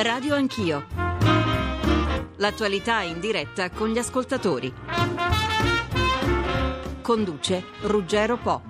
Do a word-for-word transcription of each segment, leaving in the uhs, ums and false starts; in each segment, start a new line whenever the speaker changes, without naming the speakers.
Radio Anch'io. L'attualità in diretta con gli ascoltatori. Conduce Ruggero Po.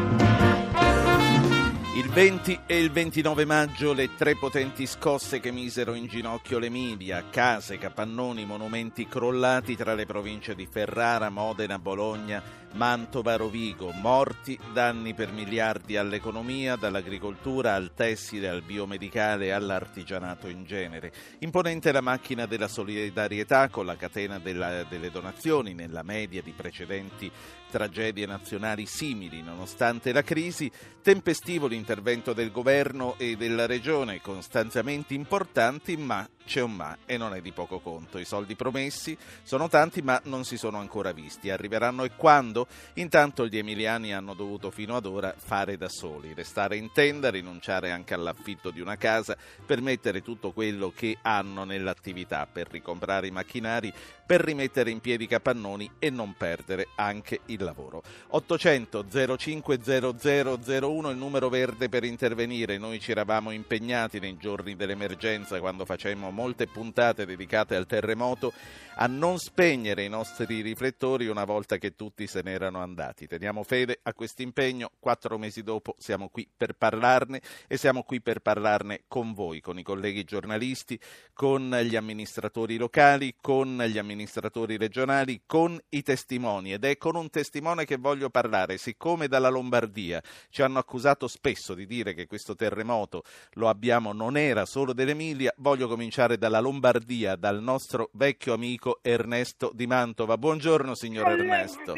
Il venti e il ventinove maggio le tre potenti scosse che misero in ginocchio l'Emilia, case, capannoni, monumenti crollati tra le province di Ferrara, Modena, Bologna, Mantova, Rovigo, morti, danni per miliardi all'economia, dall'agricoltura al tessile, al biomedicale e all'artigianato in genere. Imponente la macchina della solidarietà con la catena della, delle donazioni nella media di precedenti tragedie nazionali simili. Nonostante la crisi, tempestivo l'intervento del governo e della regione con stanziamenti importanti, ma c'è un ma e non è di poco conto. I soldi promessi sono tanti ma non si sono ancora visti. Arriveranno e quando? Intanto gli emiliani hanno dovuto fino ad ora fare da soli, restare in tenda, rinunciare anche all'affitto di una casa per mettere tutto quello che hanno nell'attività, per ricomprare i macchinari, per rimettere in piedi i capannoni e non perdere anche il lavoro. ottocento zero cinque zero zero zero uno il numero verde per intervenire. Noi ci eravamo impegnati nei giorni dell'emergenza, quando facemmo molte puntate dedicate al terremoto, a non spegnere i nostri riflettori una volta che tutti se ne erano andati. Teniamo fede a questo impegno. Quattro mesi dopo siamo qui per parlarne e siamo qui per parlarne con voi, con i colleghi giornalisti, con gli amministratori locali, con gli amministratori regionali, con i testimoni. Ed è con un testimone che voglio parlare. Siccome dalla Lombardia ci hanno accusato spesso di dire che questo terremoto lo abbiamo, non era solo dell'Emilia, voglio cominciare dalla Lombardia, dal nostro vecchio amico Ernesto di Mantova. Buongiorno signor Ernesto.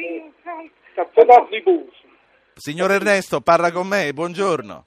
Signor Ernesto, parla con me, buongiorno.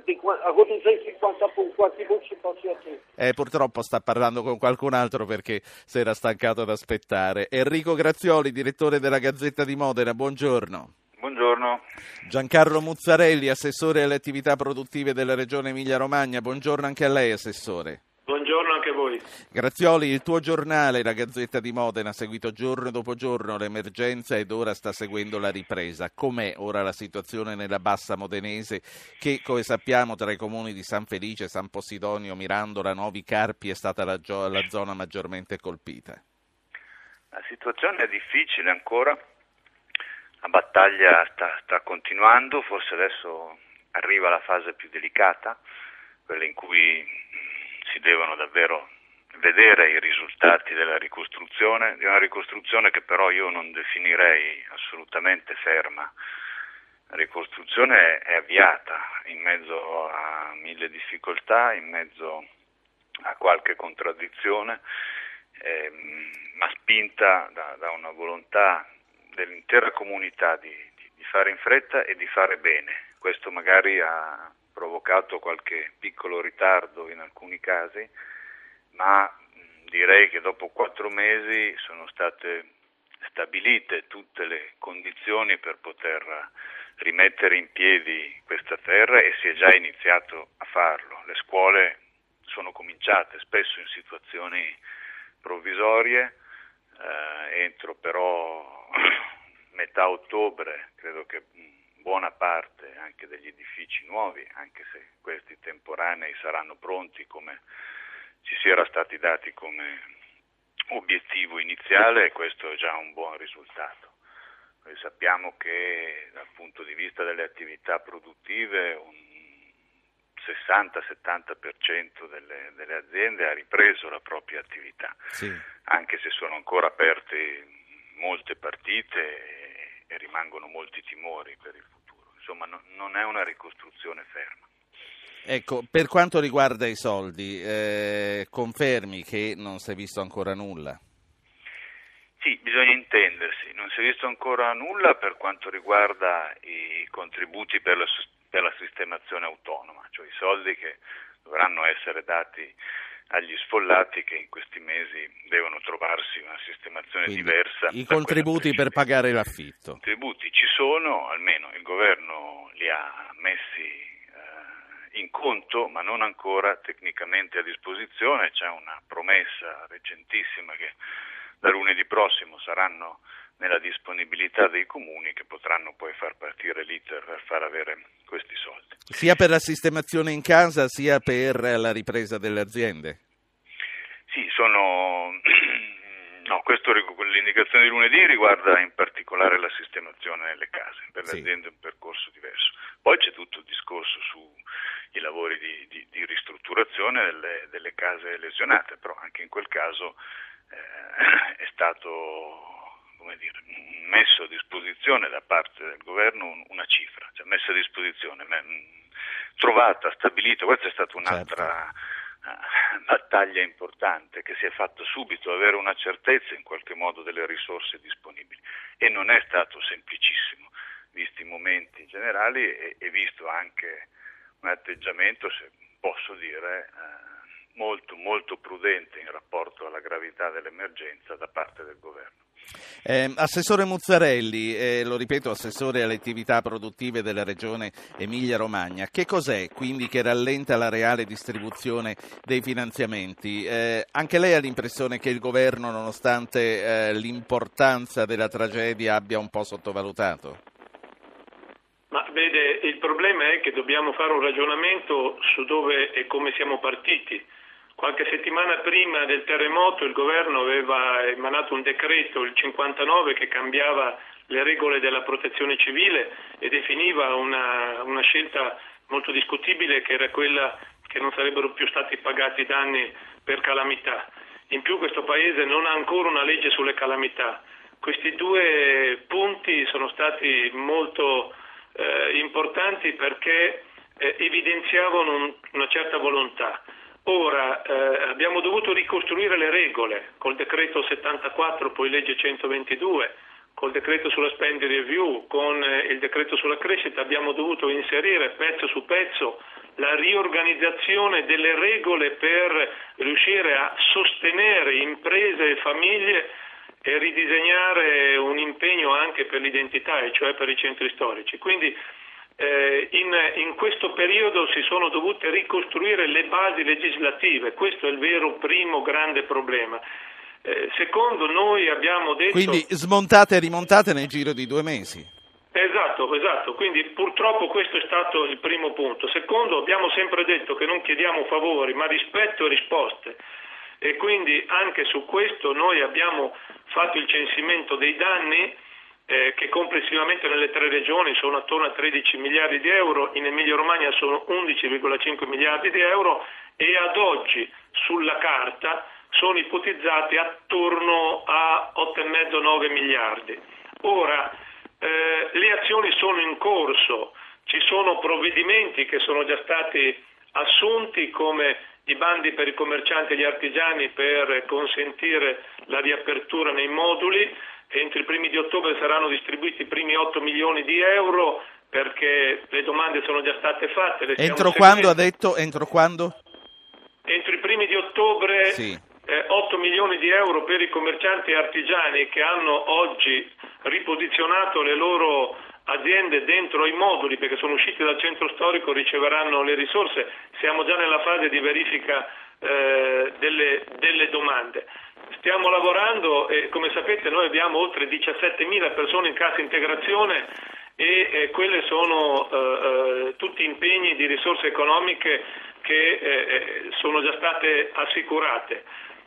Eh, purtroppo sta parlando con qualcun altro perché si era stancato ad aspettare. Enrico Grazioli, direttore della Gazzetta di Modena, buongiorno.
Buongiorno.
Giancarlo Muzzarelli, assessore alle attività produttive della Regione Emilia-Romagna, buongiorno anche a lei, assessore.
Buongiorno anche a voi.
Grazioli, il tuo giornale, la Gazzetta di Modena, ha seguito giorno dopo giorno l'emergenza ed ora sta seguendo la ripresa. Com'è ora la situazione nella bassa modenese che, come sappiamo, tra i comuni di San Felice, San Possidonio, Mirandola, Novi Carpi è stata la, gio- la zona maggiormente colpita?
La situazione è difficile ancora, la battaglia sta, sta continuando, forse adesso arriva la fase più delicata, quella in cui si devono davvero vedere i risultati della ricostruzione, di una ricostruzione che però io non definirei assolutamente ferma. La ricostruzione è avviata in mezzo a mille difficoltà, in mezzo a qualche contraddizione, ehm, ma spinta da, da una volontà dell'intera comunità di, di, di fare in fretta e di fare bene. Questo magari ha provocato qualche piccolo ritardo in alcuni casi, ma direi che dopo quattro mesi sono state stabilite tutte le condizioni per poter rimettere in piedi questa terra e si è già iniziato a farlo. Le scuole sono cominciate, spesso in situazioni provvisorie, eh, entro però metà ottobre credo che buona parte anche degli edifici nuovi, anche se questi temporanei saranno pronti come ci si era stati dati come obiettivo iniziale, e questo è già un buon risultato. Noi sappiamo che dal punto di vista delle attività produttive un sessanta settanta per cento delle, delle aziende ha ripreso la propria attività, sì, anche se sono ancora aperte molte partite e rimangono molti timori per il futuro. Insomma, no, non è una ricostruzione ferma.
Ecco, per quanto riguarda i soldi, eh, confermi che non si è visto ancora nulla?
Sì, bisogna intendersi, non si è visto ancora nulla per quanto riguarda i contributi per la, per la sistemazione autonoma, cioè i soldi che dovranno essere dati agli sfollati che in questi mesi devono trovarsi una sistemazione
Quindi,
diversa.
I contributi per pagare l'affitto. I
contributi ci sono, almeno il governo li ha messi eh, in conto, ma non ancora tecnicamente a disposizione. C'è una promessa recentissima che da lunedì prossimo saranno nella disponibilità dei comuni, che potranno poi far partire l'iter per far avere questi soldi.
Sia per la sistemazione in casa sia per la ripresa delle aziende?
sono... No, questo, l'indicazione di lunedì riguarda in particolare la sistemazione nelle case, per le aziende è un percorso diverso. Poi c'è tutto il discorso sui lavori di, di, di ristrutturazione delle, delle case lesionate, però anche in quel caso eh, è stato, come dire, messo a disposizione da parte del governo un, una cifra, cioè messa a disposizione, trovata, stabilita, questa è stata un'altra... Certo. battaglia importante che si è fatta subito, avere una certezza in qualche modo delle risorse disponibili, e non è stato semplicissimo visti i momenti generali e, e visto anche un atteggiamento, se posso dire, eh, molto molto prudente in rapporto alla gravità dell'emergenza da parte del governo.
Eh, Assessore Muzzarelli, eh, lo ripeto, assessore alle attività produttive della regione Emilia-Romagna, che cos'è quindi che rallenta la reale distribuzione dei finanziamenti? Eh, anche lei ha l'impressione che il governo, nonostante eh, l'importanza della tragedia, abbia un po' sottovalutato?
Ma vede, il problema è che dobbiamo fare un ragionamento su dove e come siamo partiti. Qualche settimana prima del terremoto il governo aveva emanato un decreto, il cinquantanove, che cambiava le regole della protezione civile e definiva una, una scelta molto discutibile, che era quella che non sarebbero più stati pagati danni per calamità. In più questo Paese non ha ancora una legge sulle calamità. Questi due punti sono stati molto eh, importanti perché eh, evidenziavano un, una certa volontà. Ora, eh, abbiamo dovuto ricostruire le regole col decreto settantaquattro, poi legge centoventidue, col decreto sulla spending review, con eh, il decreto sulla crescita. Abbiamo dovuto inserire pezzo su pezzo la riorganizzazione delle regole per riuscire a sostenere imprese e famiglie e ridisegnare un impegno anche per l'identità, e cioè per i centri storici. Quindi Eh, in, in questo periodo si sono dovute ricostruire le basi legislative, questo è il vero primo grande problema. Eh, secondo, noi abbiamo detto...
Quindi smontate e rimontate nel giro di due mesi.
Esatto, esatto, quindi purtroppo questo è stato il primo punto. Secondo, abbiamo sempre detto che non chiediamo favori ma rispetto e risposte, e quindi anche su questo noi abbiamo fatto il censimento dei danni, Eh, che complessivamente nelle tre regioni sono attorno a tredici miliardi di euro, in Emilia-Romagna sono undici virgola cinque miliardi di euro, e ad oggi sulla carta sono ipotizzati attorno a otto virgola cinque nove miliardi. Ora, eh, le azioni sono in corso, ci sono provvedimenti che sono già stati assunti, come i bandi per i commercianti e gli artigiani per consentire la riapertura nei moduli. Entro i primi di ottobre saranno distribuiti i primi otto milioni di euro, perché le domande sono già state fatte. Le
entro quando ha detto? Entro quando?
Entro i primi di ottobre,
sì.
eh, otto milioni di euro per i commercianti e artigiani che hanno oggi riposizionato le loro aziende dentro i moduli, perché sono usciti dal centro storico, riceveranno le risorse. Siamo già nella fase di verifica eh, delle, delle domande. Stiamo lavorando e, come sapete, noi abbiamo oltre diciassettemila persone in cassa integrazione e eh, quelle sono eh, eh, tutti impegni di risorse economiche che eh, sono già state assicurate.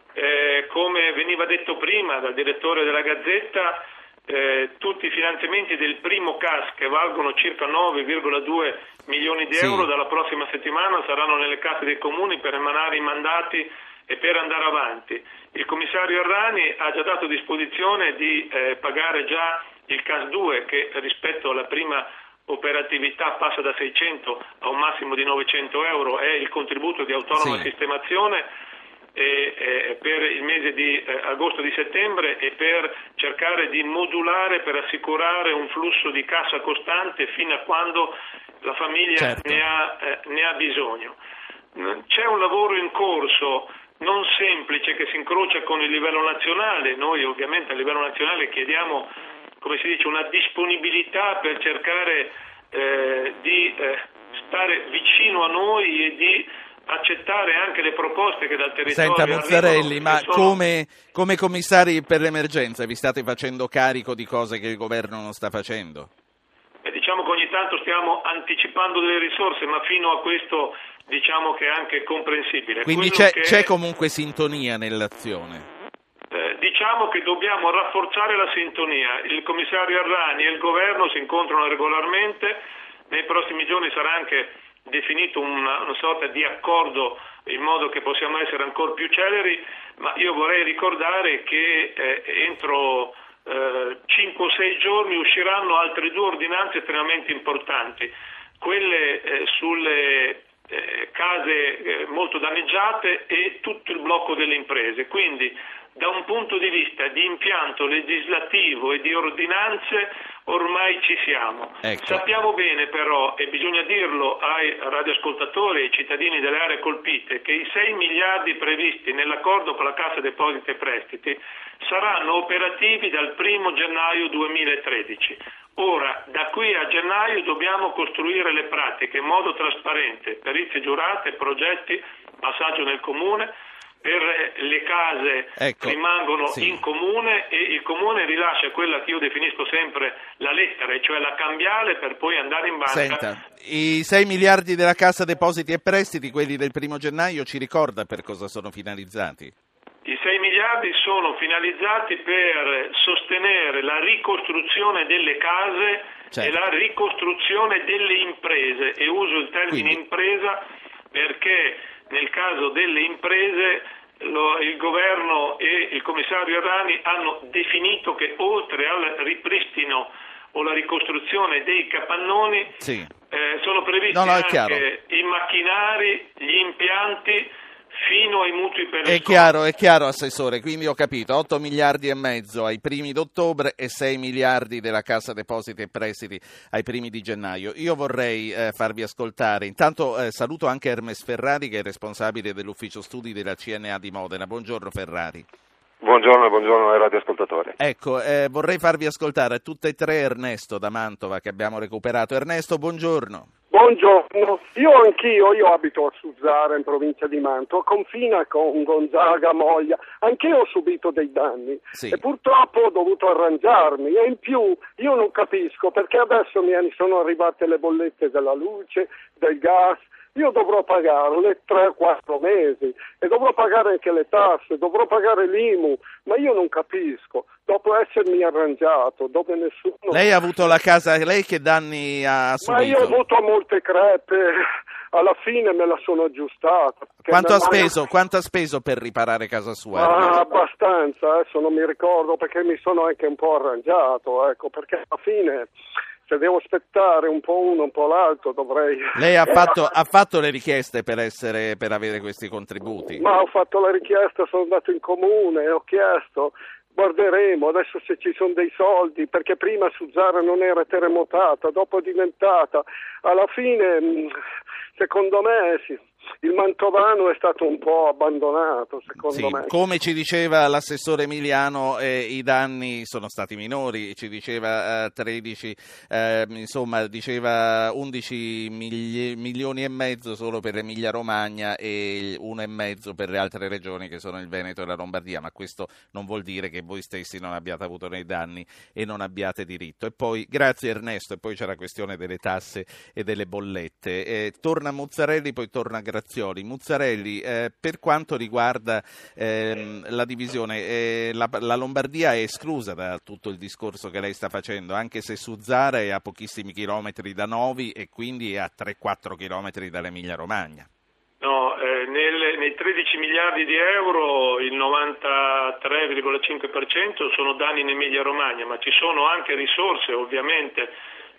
Eh, come veniva detto prima dal direttore della Gazzetta, eh, tutti i finanziamenti del primo C A S, che valgono circa nove virgola due milioni di euro, sì, dalla prossima settimana saranno nelle casse dei comuni per emanare i mandati e per andare avanti. Il commissario Errani ha già dato disposizione di eh, pagare già il C A S due, che rispetto alla prima operatività passa da seicento a un massimo di novecento euro, è il contributo di autonoma sì. sistemazione e, e, per il mese di eh, agosto di settembre, e per cercare di modulare, per assicurare un flusso di cassa costante fino a quando la famiglia certo. ne, ha, eh, ne ha bisogno. C'è un lavoro in corso non semplice che si incrocia con il livello nazionale. Noi ovviamente a livello nazionale chiediamo, come si dice, una disponibilità per cercare eh, di eh, stare vicino a noi e di accettare anche le proposte che dal territorio
Senta Muzzarelli,
arrivano,
ma
sono...
come, come commissari per l'emergenza vi state facendo carico di cose che il governo non sta facendo?
Eh, diciamo che ogni tanto stiamo anticipando delle risorse, ma fino a questo diciamo che è anche comprensibile.
Quindi c'è, che... c'è comunque sintonia nell'azione.
Eh, diciamo che dobbiamo rafforzare la sintonia. Il commissario Errani e il governo si incontrano regolarmente, nei prossimi giorni sarà anche definito una, una sorta di accordo in modo che possiamo essere ancora più celeri, ma io vorrei ricordare che eh, entro eh, cinque o sei giorni usciranno altre due ordinanze estremamente importanti, quelle eh, sulle eh, case eh, molto danneggiate e tutto il blocco delle imprese, quindi da un punto di vista di impianto legislativo e di ordinanze ormai ci siamo.
Ecco.
Sappiamo bene però, e bisogna dirlo ai radioascoltatori e ai cittadini delle aree colpite, che i sei miliardi previsti nell'accordo con la Cassa Depositi e Prestiti saranno operativi dal primo gennaio duemilatredici. Ora, da qui a gennaio dobbiamo costruire le pratiche in modo trasparente, perizie giurate, progetti, passaggio nel comune. Per le case
ecco,
rimangono
sì.
in comune e il comune rilascia quella che io definisco sempre la lettera, cioè la cambiale, per poi andare in banca.
Senta, i sei miliardi della Cassa Depositi e Prestiti, quelli del primo gennaio, ci ricorda per cosa sono finalizzati?
I sei miliardi sono finalizzati per sostenere la ricostruzione delle case
certo.
e la ricostruzione delle imprese, e uso il termine
Quindi...
impresa perché nel caso delle imprese lo, il governo e il commissario Errani hanno definito che oltre al ripristino o la ricostruzione dei capannoni
sì.
eh, sono previsti
no, no,
anche i macchinari, gli impianti fino ai mutui per le
È chiaro, è chiaro, Assessore, quindi ho capito, otto miliardi e mezzo ai primi d'ottobre e sei miliardi della Cassa Depositi e Prestiti ai primi di gennaio. Io vorrei eh, farvi ascoltare, intanto eh, saluto anche Hermes Ferrari, che è responsabile dell'ufficio studi della C N A di Modena. Buongiorno Ferrari.
Buongiorno, buongiorno ai radioascoltatori.
Ecco, eh, vorrei farvi ascoltare tutte e tre Ernesto da Mantova che abbiamo recuperato. Ernesto, buongiorno.
Buongiorno, io anch'io, io abito a Suzzara in provincia di Mantova, confina con Gonzaga, Moglia, anch'io ho subito dei danni
sì.
e purtroppo ho dovuto arrangiarmi e in più io non capisco perché adesso mi sono arrivate le bollette della luce, del gas, io dovrò pagarle tre quattro mesi e dovrò pagare anche le tasse, dovrò pagare l'I M U, ma io non capisco, dopo essermi arrangiato, dove nessuno...
Lei ha avuto la casa, lei che danni ha subito?
Ma io ho avuto molte crepe, alla fine me la sono aggiustata.
Quanto ha
mai...
speso? Quanto ha speso per riparare casa sua?
Ah, abbastanza, adesso non mi ricordo perché mi sono anche un po' arrangiato, ecco, perché alla fine... Se devo aspettare un po' uno, un po' l'altro, dovrei...
Lei ha fatto, ha fatto le richieste per essere, per avere questi contributi?
Ma ho fatto la richiesta, sono andato in comune, ho chiesto, guarderemo adesso se ci sono dei soldi, perché prima Suzzara non era terremotata, dopo è diventata. Alla fine, secondo me, sì, il mantovano è stato un po' abbandonato, secondo
sì,
me.
Come ci diceva l'assessore Emiliano, eh, i danni sono stati minori, ci diceva eh, tredici, eh, insomma diceva undici migli- milioni e mezzo solo per l'Emilia Romagna e uno e mezzo per le altre regioni che sono il Veneto e la Lombardia, ma questo non vuol dire che voi stessi non abbiate avuto nei danni e non abbiate diritto. E poi, grazie Ernesto, e poi c'è la questione delle tasse e delle bollette. Eh, torna Muzzarelli, poi torna Grazioli. Muzzarelli, eh, per quanto riguarda ehm, la divisione, eh, la, la Lombardia è esclusa da tutto il discorso che lei sta facendo, anche se Suzzara è a pochissimi chilometri da Novi e quindi è a tre quattro chilometri dall'Emilia Romagna.
No, eh, nel, nei tredici miliardi di euro il novantatré virgola cinque per cento sono danni in Emilia Romagna, ma ci sono anche risorse ovviamente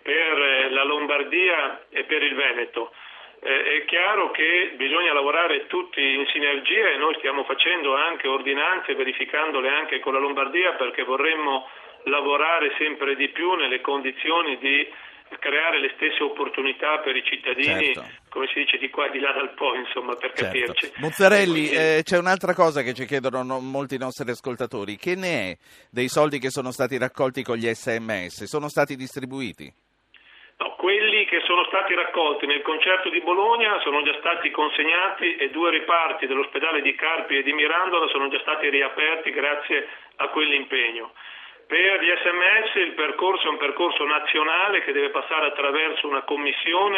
per la Lombardia e per il Veneto. Eh, è chiaro che bisogna lavorare tutti in sinergia e noi stiamo facendo anche ordinanze, verificandole anche con la Lombardia, perché vorremmo lavorare sempre di più nelle condizioni di creare le stesse opportunità per i cittadini, certo. Come si dice di qua e di là dal Po, insomma, per
certo.
capirci.
Muzzarelli, quindi... eh, c'è un'altra cosa che ci chiedono no, molti nostri ascoltatori: che ne è dei soldi che sono stati raccolti con gli S M S? Sono stati distribuiti?
No, quelli che sono stati raccolti nel concerto di Bologna sono già stati consegnati e due reparti dell'ospedale di Carpi e di Mirandola sono già stati riaperti grazie a quell'impegno. Per gli S M S il percorso è un percorso nazionale che deve passare attraverso una commissione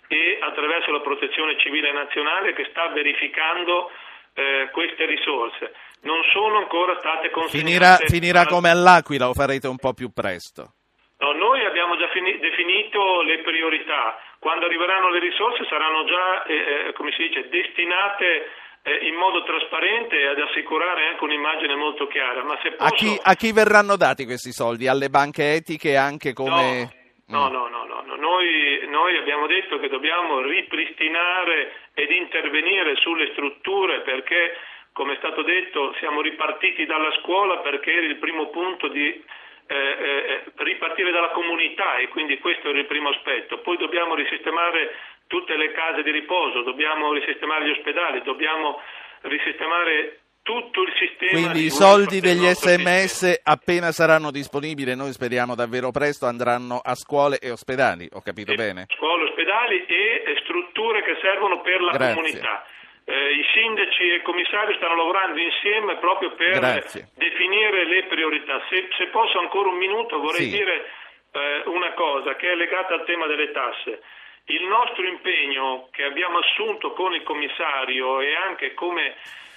e attraverso la Protezione Civile Nazionale che sta verificando eh, queste risorse. Non sono ancora state consegnate.
Finirà, finirà alla... come all'Aquila o farete un po' più presto?
No, noi abbiamo già fini- definito le priorità. Quando arriveranno le risorse saranno già, eh, come si dice, destinate eh, in modo trasparente e ad assicurare anche un'immagine molto chiara. Ma se posso...
a, chi, a chi verranno dati questi soldi? Alle banche etiche anche come...
No, no, no, no, no. Noi, noi abbiamo detto che dobbiamo ripristinare ed intervenire sulle strutture perché, come è stato detto, siamo ripartiti dalla scuola perché era il primo punto di... Eh, eh, ripartire dalla comunità e quindi questo era il primo aspetto. Poi dobbiamo risistemare tutte le case di riposo, dobbiamo risistemare gli ospedali, dobbiamo risistemare tutto il sistema.
Quindi i soldi degli S M S appena saranno disponibili, noi speriamo davvero presto, andranno a scuole e ospedali, ho capito
e
bene?
Scuole, ospedali e, e strutture che servono per la
Grazie.
comunità. Eh, I sindaci e il commissario stanno lavorando insieme proprio per
Grazie.
definire le priorità. Se, se posso ancora un minuto vorrei
sì.
dire eh, una cosa che è legata al tema delle tasse. Il nostro impegno che abbiamo assunto con il commissario e anche come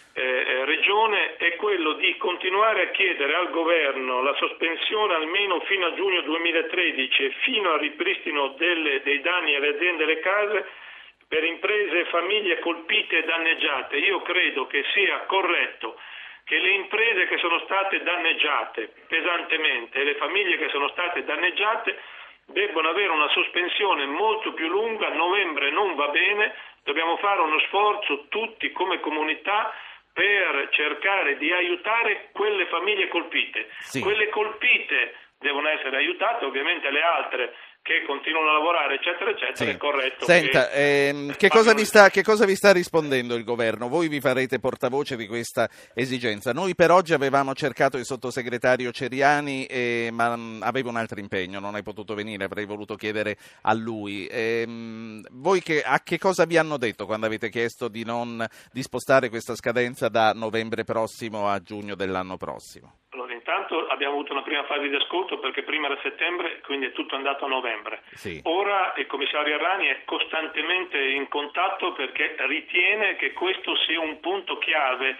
eh, regione è quello di continuare a chiedere al governo la sospensione almeno fino a giugno duemilatredici e fino al ripristino delle, dei danni alle aziende e alle case per imprese e famiglie colpite e danneggiate. Io credo che sia corretto che le imprese che sono state danneggiate pesantemente e le famiglie che sono state danneggiate debbono avere una sospensione molto più lunga. Novembre non va bene, dobbiamo fare uno sforzo tutti come comunità per cercare di aiutare quelle famiglie colpite.
Sì.
Quelle colpite devono essere aiutate, ovviamente le altre che continuano a lavorare eccetera eccetera, sì. È corretto.
Senta,
che,
ehm, che, cosa vi sta, che cosa vi sta rispondendo il governo? Voi vi farete portavoce di questa esigenza. Noi per oggi avevamo cercato il sottosegretario Ceriani, eh, ma mh, avevo un altro impegno, non è potuto venire, avrei voluto chiedere a lui. Ehm, voi che, a che cosa vi hanno detto quando avete chiesto di non di spostare questa scadenza da novembre prossimo a giugno dell'anno prossimo?
Allora, intanto abbiamo avuto una prima fase di ascolto perché prima era settembre, quindi è tutto andato a novembre.
Sì.
Ora il commissario Errani è costantemente in contatto perché ritiene che questo sia un punto chiave,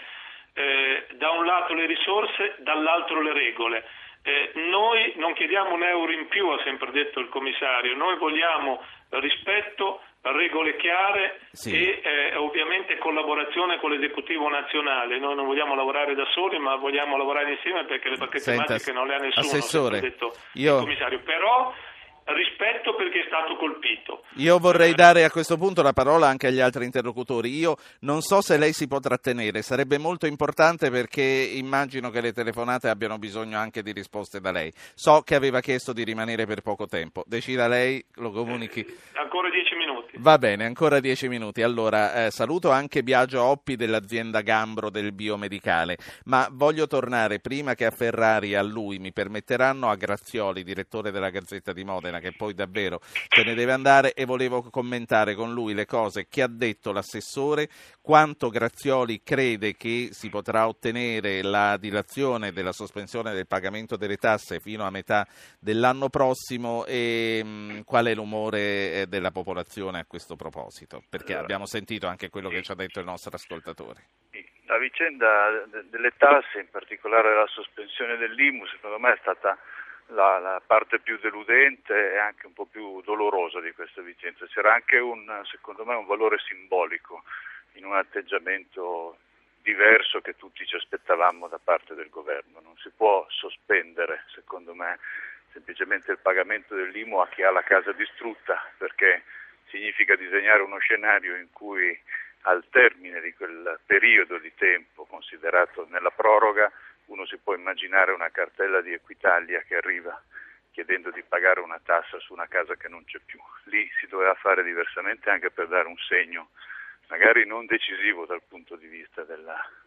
eh, da un lato le risorse, dall'altro le regole. Eh, noi non chiediamo un euro in più, ha sempre detto il commissario, noi vogliamo rispetto, regole chiare, sì. e eh, ovviamente collaborazione con l'esecutivo nazionale. Noi non vogliamo lavorare da soli, ma vogliamo lavorare insieme perché le bacchette
Senta,
magiche non le ha nessuno,
Assessore,
ha detto
io...
il commissario. Però rispetto perché è stato colpito.
Io vorrei dare a questo punto la parola anche agli altri interlocutori. Io non so se lei si potrà tenere, sarebbe molto importante perché immagino che le telefonate abbiano bisogno anche di risposte da lei. So che aveva chiesto di rimanere per poco tempo, decida lei, lo comunichi.
Eh, ancora dieci minuti.
Va bene, ancora dieci minuti. Allora, eh, saluto anche Biagio Oppi dell'azienda Gambro del biomedicale, ma voglio tornare prima che a Ferrari, a lui, mi permetteranno, a Grazioli, direttore della Gazzetta di Modena, che poi davvero se ne deve andare, e volevo commentare con lui le cose che ha detto l'assessore, quanto Grazioli crede che si potrà ottenere la dilazione della sospensione del pagamento delle tasse fino a metà dell'anno prossimo e mh, qual è l'umore della popolazione a questo proposito, perché abbiamo sentito anche quello che ci ha detto il nostro ascoltatore.
La vicenda delle tasse, in particolare la sospensione dell'I M U, secondo me è stata La, la parte più deludente e anche un po' più dolorosa di questa vicenda. C'era anche un, secondo me, un valore simbolico in un atteggiamento diverso che tutti ci aspettavamo da parte del governo. Non si può sospendere, secondo me, semplicemente il pagamento dell'I M U a chi ha la casa distrutta, perché significa disegnare uno scenario in cui al termine di quel periodo di tempo considerato nella proroga uno si può immaginare una cartella di Equitalia che arriva chiedendo di pagare una tassa su una casa che non c'è più. Lì si doveva fare diversamente anche per dare un segno, magari non decisivo dal punto di vista del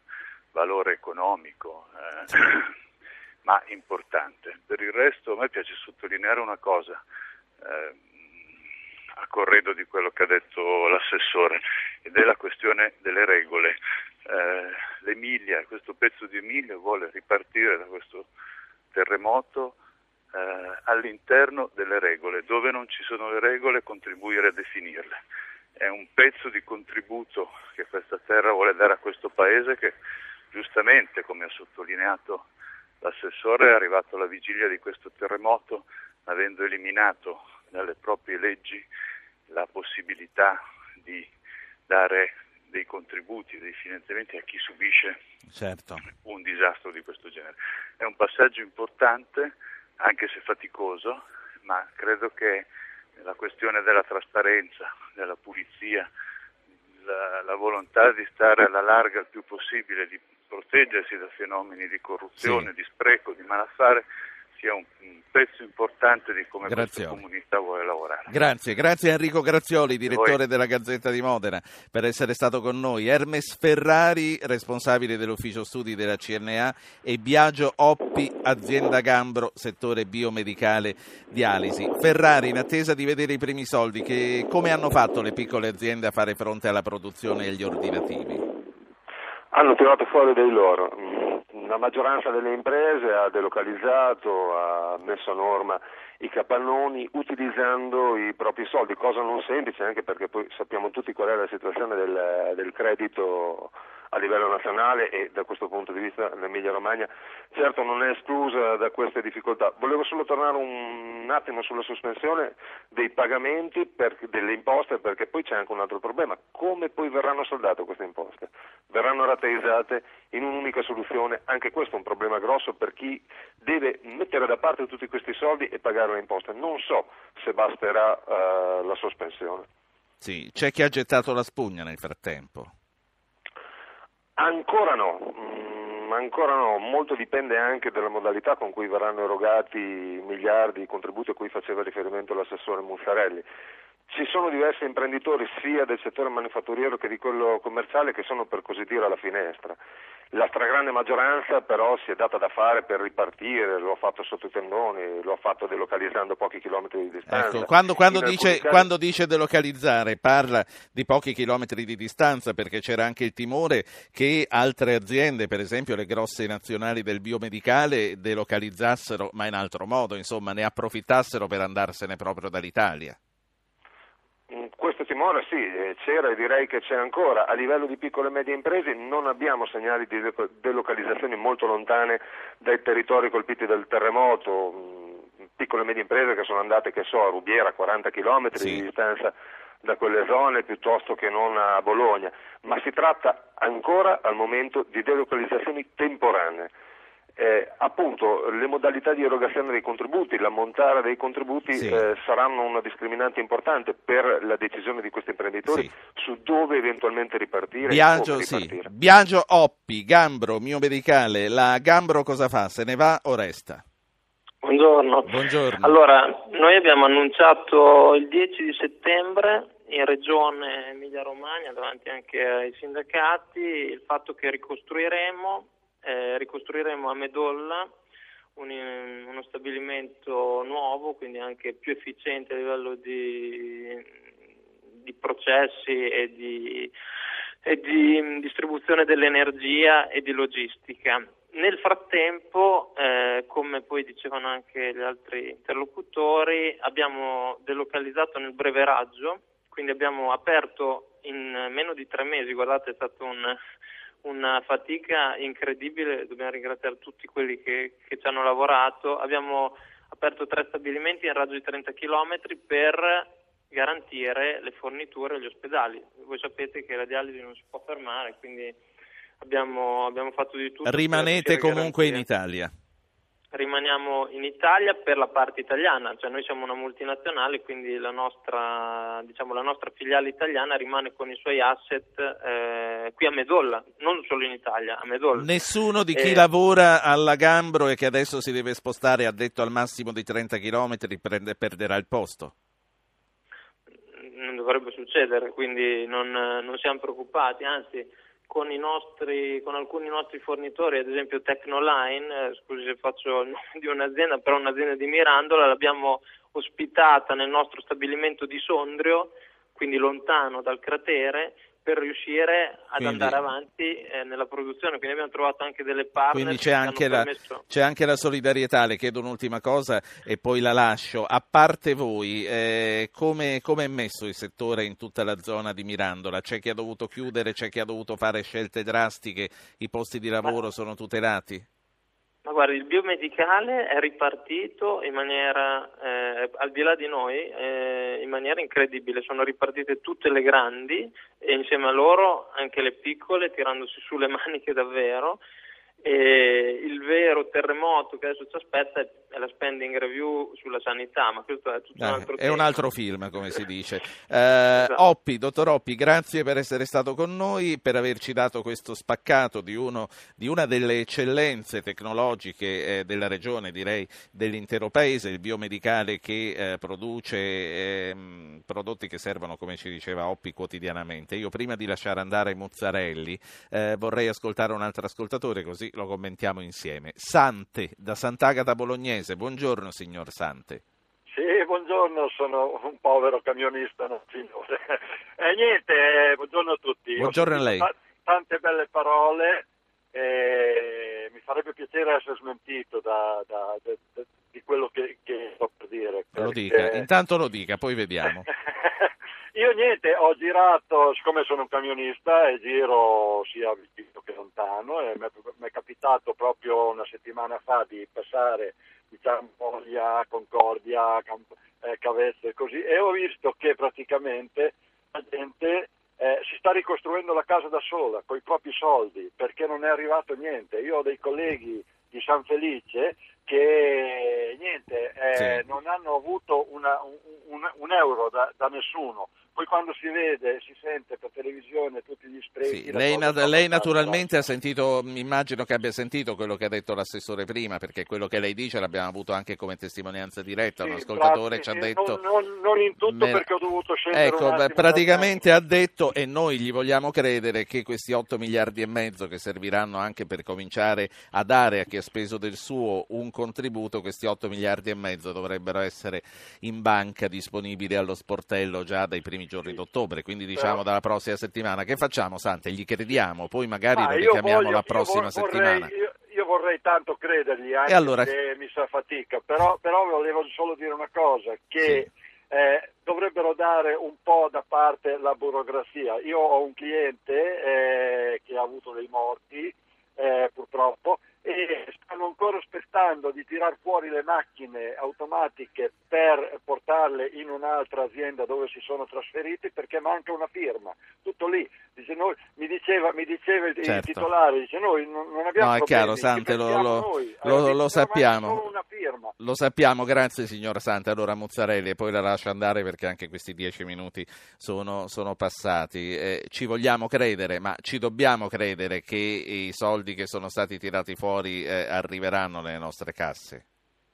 valore economico, eh, ma importante. Per il resto a me piace sottolineare una cosa, eh, a corredo di quello che ha detto l'assessore, ed è la questione delle regole. Eh, L'Emilia, questo pezzo di Emilia vuole ripartire da questo terremoto eh, all'interno delle regole, dove non ci sono le regole contribuire a definirle. È un pezzo di contributo che questa terra vuole dare a questo paese che giustamente, come ha sottolineato l'assessore, è arrivato alla vigilia di questo terremoto avendo eliminato dalle proprie leggi la possibilità di dare dei contributi, dei finanziamenti a chi subisce
certo.
un disastro di questo genere. È un passaggio importante, anche se faticoso, ma credo che la questione della trasparenza, della pulizia, la, la volontà di stare alla larga il più possibile, di proteggersi da fenomeni di corruzione,
sì.
di spreco, di malaffare, sia un, un pezzo importante di come
Grazie.
questa comunità vuole lavorare.
Grazie, grazie a Enrico Grazioli, direttore della Gazzetta di Modena, per essere stato con noi. Hermes Ferrari, responsabile dell'ufficio studi della C N A, e Biagio Oppi, azienda Gambro, settore biomedicale dialisi. Ferrari, in attesa di vedere i primi soldi, che, come hanno fatto le piccole aziende a fare fronte alla produzione e agli ordinativi?
Hanno tirato fuori dei loro. La maggioranza delle imprese ha delocalizzato, ha messo a norma i capannoni utilizzando i propri soldi, cosa non semplice, anche perché poi sappiamo tutti qual è la situazione del, del credito a livello nazionale, e da questo punto di vista l'Emilia Romagna certo non è esclusa da queste difficoltà. Volevo solo tornare un attimo sulla sospensione dei pagamenti per, delle imposte, perché poi c'è anche un altro problema: come poi verranno saldate queste imposte? Verranno rateizzate in un'unica soluzione? Anche questo è un problema grosso per chi deve mettere da parte tutti questi soldi e pagare le imposte. Non so se basterà uh, la sospensione.
Sì, c'è chi ha gettato la spugna nel frattempo.
Ancora no, mm, ancora no, molto dipende anche dalla modalità con cui verranno erogati i miliardi di contributi a cui faceva riferimento l'assessore Mussarelli. Ci sono diversi imprenditori sia del settore manifatturiero che di quello commerciale che sono, per così dire, alla finestra. La stragrande maggioranza però si è data da fare per ripartire, lo ha fatto sotto i tendoni, lo ha fatto delocalizzando pochi chilometri di distanza.
Ecco, quando, quando, dice,
casi...
quando dice delocalizzare parla di pochi chilometri di distanza, perché c'era anche il timore che altre aziende, per esempio le grosse nazionali del biomedicale, delocalizzassero, ma in altro modo, insomma, ne approfittassero per andarsene proprio dall'Italia.
Questo timore sì, c'era e direi che c'è ancora. A livello di piccole e medie imprese non abbiamo segnali di delocalizzazioni molto lontane dai territori colpiti dal terremoto, piccole e medie imprese che sono andate, che so, a Rubiera, a quaranta chilometri sì. di distanza da quelle zone, piuttosto che non a Bologna, ma si tratta ancora al momento di delocalizzazioni temporanee. Eh, appunto le modalità di erogazione dei contributi, l'ammontare dei contributi sì. eh, saranno una discriminante importante per la decisione di questi imprenditori sì. su dove eventualmente ripartire.
Biagio,
e come ripartire.
Sì. Biagio Oppi, Gambro, biomedicale, la Gambro cosa fa? Se ne va o resta?
Buongiorno.
Buongiorno.
Allora, noi abbiamo annunciato il dieci di settembre in Regione Emilia Romagna, davanti anche ai sindacati, il fatto che ricostruiremo Eh, ricostruiremo a Medolla un, uno stabilimento nuovo, quindi anche più efficiente a livello di, di processi e di, e di distribuzione dell'energia e di logistica. Nel frattempo, eh, come poi dicevano anche gli altri interlocutori, abbiamo delocalizzato nel breve raggio, quindi abbiamo aperto in meno di tre mesi, guardate, è stato un una fatica incredibile, dobbiamo ringraziare tutti quelli che, che ci hanno lavorato. Abbiamo aperto tre stabilimenti in raggio di trenta chilometri per garantire le forniture agli ospedali. Voi sapete che la dialisi non si può fermare, quindi abbiamo, abbiamo fatto di tutto.
Rimanete comunque in Italia?
Rimaniamo in Italia per la parte italiana, cioè noi siamo una multinazionale, quindi la nostra, diciamo, la nostra filiale italiana rimane con i suoi asset eh, qui a Medolla, non solo in Italia, a Medolla.
Nessuno di chi
eh,
lavora alla Gambro e che adesso si deve spostare, ha detto, al massimo di trenta chilometri, prende, perderà il posto?
Non dovrebbe succedere, quindi non, non siamo preoccupati, anzi con i nostri, con alcuni nostri fornitori, ad esempio Tecnoline, eh, scusi se faccio il nome di un'azienda, però un'azienda di Mirandola, l'abbiamo ospitata nel nostro stabilimento di Sondrio, quindi lontano dal cratere, per riuscire ad
quindi,
andare avanti eh, nella produzione. Quindi abbiamo trovato anche delle partner.
Quindi c'è anche, la,
permesso...
c'è anche la solidarietà. Le chiedo un'ultima cosa e poi la lascio. A parte voi, eh, come, come è messo il settore in tutta la zona di Mirandola? C'è chi ha dovuto chiudere, c'è chi ha dovuto fare scelte drastiche, i posti di lavoro sono tutelati?
Ma guarda, il biomedicale è ripartito in maniera, eh, al di là di noi, eh, in maniera incredibile. Sono ripartite tutte le grandi e insieme a loro anche le piccole, tirandosi su le maniche davvero. E il vero terremoto che adesso ci aspetta è la spending review sulla sanità, ma questo è tutto
eh,
un altro
è
tema.
un altro film, come si dice. Eh,
esatto.
Oppi, dottor Oppi, grazie per essere stato con noi, per averci dato questo spaccato di, uno, di una delle eccellenze tecnologiche eh, della regione, direi dell'intero paese, il biomedicale che eh, produce eh, prodotti che servono, come ci diceva Oppi, quotidianamente. Io prima di lasciare andare Muzzarelli eh, vorrei ascoltare un altro ascoltatore, così lo commentiamo insieme. Sante, da Sant'Agata Bolognese. Buongiorno, signor Sante.
Sì, buongiorno, sono un povero camionista, no, signore. E niente, eh, buongiorno a tutti.
Buongiorno a lei.
T- tante belle parole, eh, mi farebbe piacere essere smentito da, da, da, da, di quello che, che sto per dire.
Lo
perché...
dica, intanto lo dica, poi vediamo.
Io niente, ho girato, siccome sono un camionista e giro sia vicino che lontano, e mi è capitato proprio una settimana fa di passare, diciamo, Foglia, Concordia, Camp- eh, Cavezzo e così, e ho visto che praticamente la gente eh, si sta ricostruendo la casa da sola, con i propri soldi, perché non è arrivato niente. Io ho dei colleghi di San Felice che niente, eh,
sì.
non hanno avuto una, un, un, un euro da, da nessuno. Poi quando si vede, si sente per televisione tutti gli sprechi.
Sì, lei, na- lei naturalmente ha sentito, immagino che abbia sentito quello che ha detto l'assessore prima, perché quello che lei dice l'abbiamo avuto anche come testimonianza diretta. Sì, un ascoltatore
infatti,
ci ha
sì,
detto...
Non, non, non in tutto, me... perché ho dovuto scendere
ecco,
un attimo.
praticamente ha detto, e noi gli vogliamo credere, che questi otto miliardi e mezzo che serviranno anche per cominciare a dare a chi ha speso del suo un contributo, questi otto miliardi e mezzo dovrebbero essere in banca disponibili allo sportello già dai primi giorni d'ottobre, quindi diciamo Però... dalla prossima settimana. Che facciamo, Sante? Gli crediamo, poi magari ah, lo richiamiamo voglio, la prossima
vorrei,
settimana.
Io, io vorrei tanto credergli, anche allora... se mi sa fatica, però, però volevo solo dire una cosa, che sì. eh, dovrebbero dare un po' da parte la burocrazia. Io ho un cliente eh, che ha avuto dei morti, eh, purtroppo, e stanno ancora aspettando di tirar fuori le macchine automatiche per portarle in un'altra azienda dove si sono trasferiti, perché manca una firma. Tutto lì. Dice, noi, mi diceva, mi diceva il, certo. il titolare, dice noi non, non abbiamo
no, è chiaro, Sante, lo, lo, lo, lo sappiamo.
Una firma.
Lo sappiamo, grazie signor Sante. Allora Muzzarelli, e poi la lascio andare perché anche questi dieci minuti sono, sono passati. Eh, ci vogliamo credere, ma ci dobbiamo credere che i soldi che sono stati tirati fuori eh, arriveranno nelle nostre casse?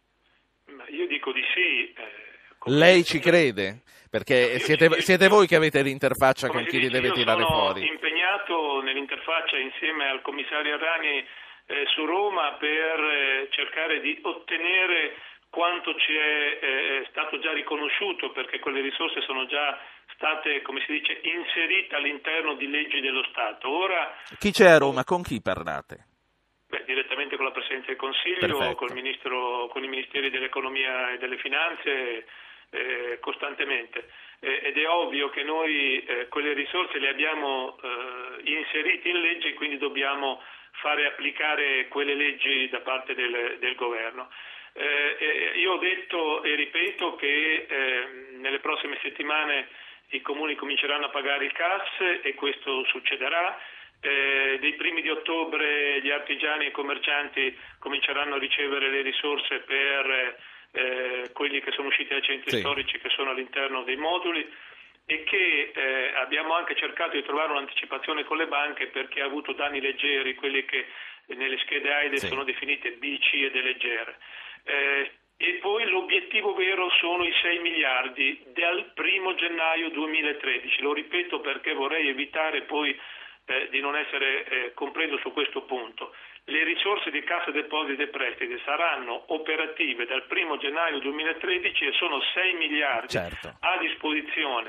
Ma io dico di sì. Eh,
Lei ci crede? Perché no, siete, ci, siete voi che avete l'interfaccia con chi li deve tirare fuori.
Sono impegnato nell'interfaccia insieme al commissario Arani eh, su Roma per eh, cercare di ottenere quanto ci è eh, stato già riconosciuto, perché quelle risorse sono già state, come si dice, inserite all'interno di leggi dello Stato. Ora,
chi c'è a Roma? Con chi parlate?
Beh, direttamente con la Presidenza del Consiglio, col ministro, con i Ministeri dell'Economia e delle Finanze, eh, costantemente. Eh, ed è ovvio che noi eh, quelle risorse le abbiamo eh, inserite in legge, quindi dobbiamo fare applicare quelle leggi da parte del, del governo. Eh, io ho detto e ripeto che eh, nelle prossime settimane i comuni cominceranno a pagare il C A S e questo succederà. Eh, dei primi di ottobre gli artigiani e i commercianti cominceranno a ricevere le risorse per eh, quelli che sono usciti dai centri sì. storici, che sono all'interno dei moduli, e che eh, abbiamo anche cercato di trovare un'anticipazione con le banche per chi ha avuto danni leggeri, quelli che nelle schede AIDE sì. sono definite B, C e D leggere. Eh, e poi l'obiettivo vero sono i sei miliardi dal primo gennaio duemilatredici. Lo ripeto perché vorrei evitare poi eh, di non essere eh, compreso su questo punto. Le risorse di Cassa Depositi e Prestiti saranno operative dal primo gennaio duemilatredici e sono sei miliardi
certo.
a disposizione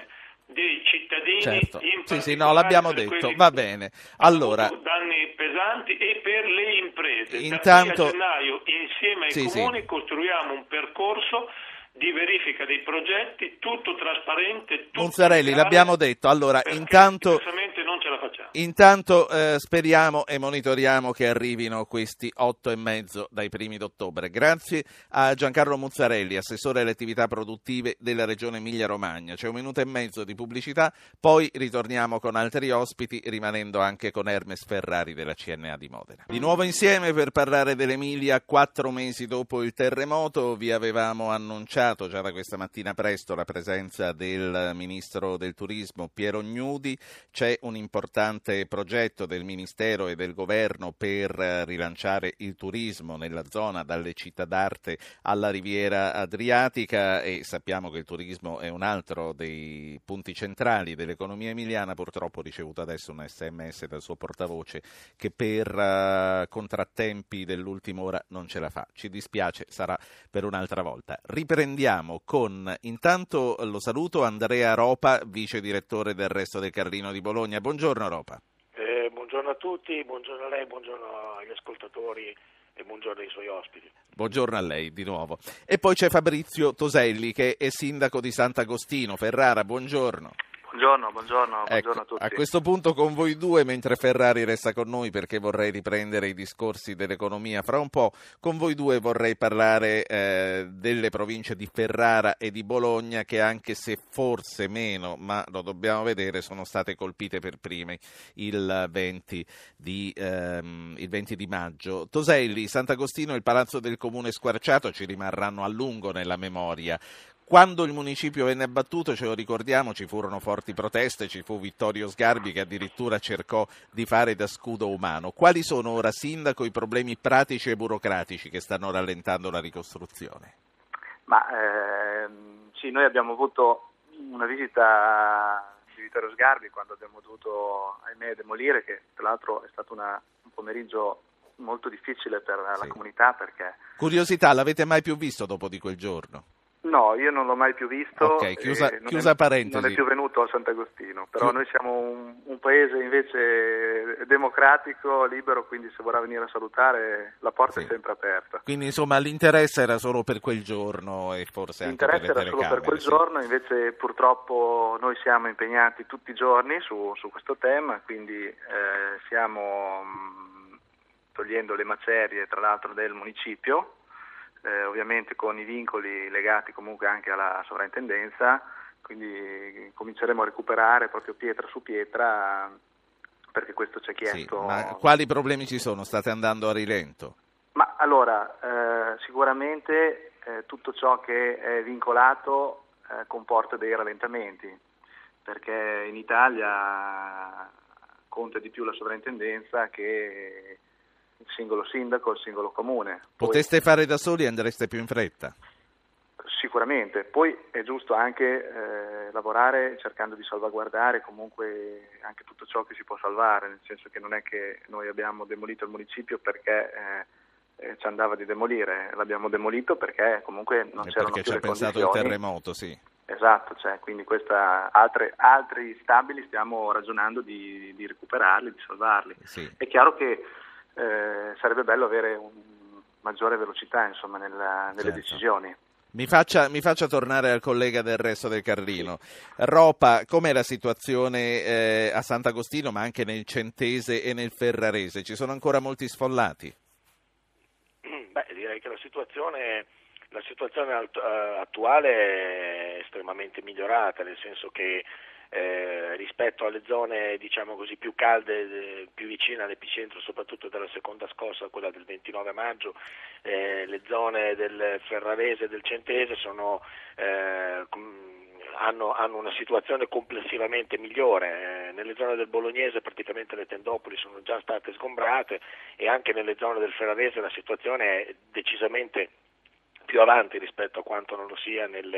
dei cittadini,
certo.
in
sì, sì, no, l'abbiamo detto, va bene. Allora,
danni pesanti, e per le imprese.
Intanto,
da qui a gennaio, insieme ai
sì,
comuni,
sì.
costruiamo un percorso di verifica dei progetti, tutto trasparente, tutto
Munzarelli,
legale,
l'abbiamo detto. Allora, intanto
diversamente non ce la facciamo.
Intanto eh, speriamo e monitoriamo che arrivino questi otto e mezzo dai primi d'ottobre. Grazie a Giancarlo Munzarelli, assessore alle attività produttive della Regione Emilia-Romagna. C'è un minuto e mezzo di pubblicità, poi ritorniamo con altri ospiti, rimanendo anche con Hermes Ferrari della C N A di Modena. Di nuovo insieme per parlare dell'Emilia quattro mesi dopo il terremoto. Vi avevamo annunciato già da questa mattina presto la presenza del Ministro del Turismo Piero Gnudi. C'è un importante progetto del Ministero e del Governo per rilanciare il turismo nella zona dalle città d'arte alla Riviera Adriatica, e sappiamo che il turismo è un altro dei punti centrali dell'economia emiliana. Purtroppo ho ricevuto adesso un sms dal suo portavoce che per uh, contrattempi dell'ultima ora non ce la fa. Ci dispiace, sarà per un'altra volta. Riprendiamo con, intanto lo saluto, Andrea Ropa, vice direttore del Resto del Carlino di Bologna. Buongiorno Ropa.
Eh, buongiorno a tutti, buongiorno a lei, buongiorno agli ascoltatori e buongiorno ai suoi ospiti.
Buongiorno a lei di nuovo. E poi c'è Fabrizio Toselli, che è sindaco di Sant'Agostino. Ferrara, buongiorno.
Buongiorno, buongiorno,
ecco,
buongiorno a tutti.
A questo punto con voi due, mentre Ferrari resta con noi perché vorrei riprendere i discorsi dell'economia fra un po', con voi due vorrei parlare eh, delle province di Ferrara e di Bologna, che anche se forse meno, ma lo dobbiamo vedere, sono state colpite per prime il venti di, ehm, il venti di maggio. Toselli, Sant'Agostino e il Palazzo del Comune squarciato ci rimarranno a lungo nella memoria. Quando il municipio venne abbattuto, ce lo ricordiamo, ci furono forti proteste, ci fu Vittorio Sgarbi che addirittura cercò di fare da scudo umano. Quali sono ora, sindaco, i problemi pratici e burocratici che stanno rallentando la ricostruzione?
Ma ehm, sì, noi abbiamo avuto una visita di Vittorio Sgarbi quando abbiamo dovuto, ahimè, demolire, che tra l'altro è stato una, un pomeriggio molto difficile per
sì.
la comunità, perché...
Curiosità, l'avete mai più visto dopo di quel giorno?
No, io non l'ho mai più visto.
Ok, chiusa,
non
chiusa
è,
parentesi.
Non è più venuto a Sant'Agostino, però
Chi...
noi siamo un, un paese invece democratico, libero, quindi se vorrà venire a salutare la porta sì. è sempre aperta.
Quindi insomma l'interesse era solo per quel giorno e forse anche per le telecamere.
L'interesse era solo per quel
sì.
giorno, invece purtroppo noi siamo impegnati tutti i giorni su, su questo tema, quindi eh, stiamo mh, togliendo le macerie tra l'altro del municipio. Eh, ovviamente con i vincoli legati comunque anche alla sovrintendenza, quindi cominceremo a recuperare proprio pietra su pietra, perché questo ci è chiesto.
Sì, ma quali problemi ci sono? State andando a rilento?
Ma allora, eh, sicuramente eh, tutto ciò che è vincolato eh, comporta dei rallentamenti, perché in Italia conta di più la sovrintendenza che il singolo sindaco, il singolo comune.
Poteste Poi, fare da soli e andreste più in fretta?
Sicuramente, poi è giusto anche eh, lavorare cercando di salvaguardare comunque anche tutto ciò che si può salvare, nel senso che non è che noi abbiamo demolito il municipio perché eh, eh, ci andava di demolire, l'abbiamo demolito perché comunque non
e
c'erano
perché
più le condizioni.
Perché ci ha pensato il terremoto, sì.
Esatto, cioè, quindi questa, altre, altri stabili stiamo ragionando di, di recuperarli, di salvarli.
Sì.
È chiaro che Eh, sarebbe bello avere un maggiore velocità insomma nella, nelle
certo.
decisioni.
Mi faccia, mi faccia tornare al collega del Resto del Carlino. Ropa, com'è la situazione eh, a Sant'Agostino, ma anche nel Centese e nel Ferrarese? Ci sono ancora molti sfollati?
Beh, direi che la situazione, la situazione attuale è estremamente migliorata, nel senso che Eh, rispetto alle zone diciamo così più calde, eh, più vicine all'epicentro, soprattutto della seconda scossa, quella del ventinove maggio, eh, le zone del Ferrarese e del Centese sono, eh, hanno, hanno una situazione complessivamente migliore. Eh, nelle zone del Bolognese praticamente le tendopoli sono già state sgombrate e anche nelle zone del Ferrarese la situazione è decisamente più avanti rispetto a quanto non lo sia nelle,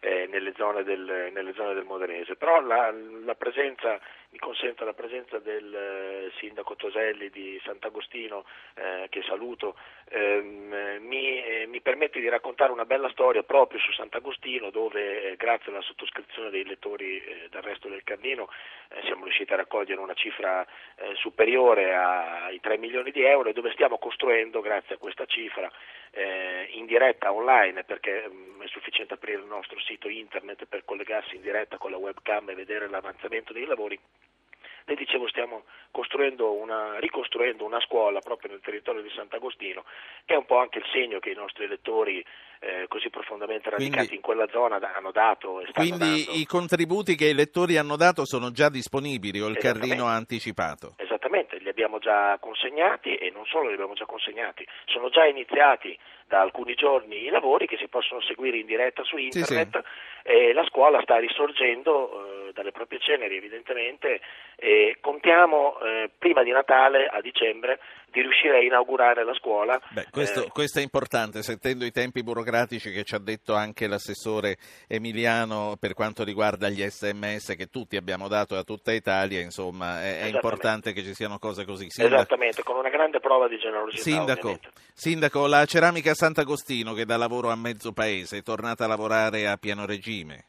eh, nelle zone del, nelle zone del Modenese. Però la, la presenza, mi consente la presenza del eh, sindaco Toselli di Sant'Agostino, eh, che saluto, ehm, mi, eh, mi permette di raccontare una bella storia proprio su Sant'Agostino, dove eh, grazie alla sottoscrizione dei lettori eh, del resto del Carlino eh, siamo riusciti a raccogliere una cifra eh, superiore ai tre milioni di euro, e dove stiamo costruendo, grazie a questa cifra, eh, in diretta online, perché mh, è sufficiente aprire il nostro sito internet per collegarsi in diretta con la webcam e vedere l'avanzamento dei lavori. Le dicevo, stiamo costruendo una, ricostruendo una scuola proprio nel territorio di Sant'Agostino, che è un po' anche il segno che i nostri elettori eh, così profondamente radicati quindi, in quella zona hanno dato e stanno
quindi
dando.
I contributi che i elettori hanno dato sono già disponibili, o il Carlino ha anticipato?
Esattamente, li abbiamo già consegnati, e non solo li abbiamo già consegnati, sono già iniziati da alcuni giorni i lavori che si possono seguire in diretta su internet. Sì, sì. E la scuola sta risorgendo eh, dalle proprie ceneri, evidentemente, e contiamo eh, prima di Natale, a dicembre, di riuscire a inaugurare la scuola.
Beh, questo, eh, questo è importante, sentendo i tempi burocratici che ci ha detto anche l'assessore Emiliano per quanto riguarda gli sms che tutti abbiamo dato a tutta Italia, insomma è, è importante che ci siano cose così.
Sindaco, esattamente, con una grande prova di generosità.
Sindaco, Sindaco, la ceramica Sant'Agostino, che dà lavoro a mezzo paese, è tornata a lavorare a pieno regime.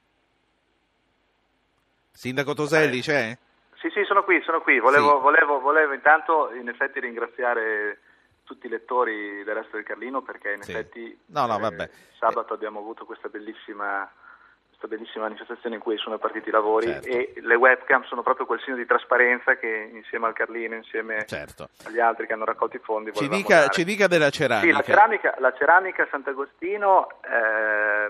Sindaco Toselli,
eh.
c'è?
Sì, sì, sono qui, sono qui. Volevo,
sì.
volevo, volevo intanto in effetti ringraziare tutti i lettori del resto del Carlino, perché in sì. effetti
no, no, vabbè.
Eh, sabato abbiamo avuto questa bellissima, questa bellissima manifestazione in cui sono partiti i lavori, certo. E le webcam sono proprio quel segno di trasparenza che insieme al Carlino, insieme
certo.
agli altri che hanno raccolto i fondi,
ci dica, ci dica della ceramica.
Sì, la ceramica, la ceramica Sant'Agostino eh,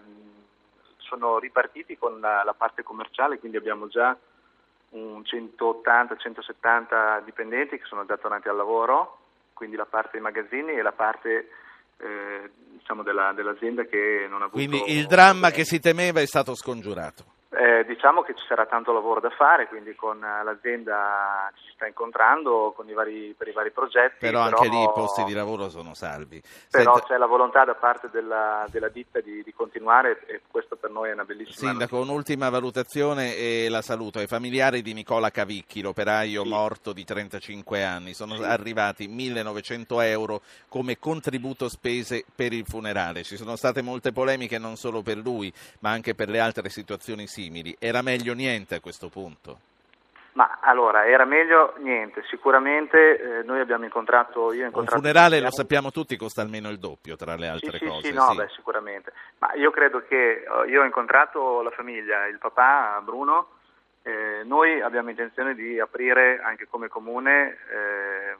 sono ripartiti con la, la parte commerciale, quindi abbiamo già un centottanta centosettanta dipendenti che sono già tornati al lavoro, quindi la parte dei magazzini e la parte eh, diciamo della, dell'azienda che non ha avuto.
Quindi il dramma che si temeva è stato scongiurato.
Eh, diciamo che ci sarà tanto lavoro da fare, quindi con l'azienda ci si sta incontrando con i vari, per i vari progetti.
Però, però anche lì i posti di lavoro sono salvi.
Però
Senta,
c'è la volontà da parte della, della ditta di, di continuare, e questo per noi è una bellissima
Sindaco,
notizia.
Un'ultima valutazione e la saluto. Ai familiari di Nicola Cavicchi, l'operaio sì. morto di trentacinque anni, sono sì. arrivati millenovecento euro come contributo spese per il funerale. Ci sono state molte polemiche non solo per lui, ma anche per le altre situazioni simili. Era meglio niente a questo punto?
Ma allora, era meglio niente, sicuramente eh, noi abbiamo incontrato... Io ho incontrato
un funerale, lo sappiamo tutti, costa almeno il doppio tra le altre
sì,
cose.
Sì, no,
sì.
beh, sicuramente. Ma io credo che io ho incontrato la famiglia, il papà Bruno, eh, noi abbiamo intenzione di aprire anche come comune eh,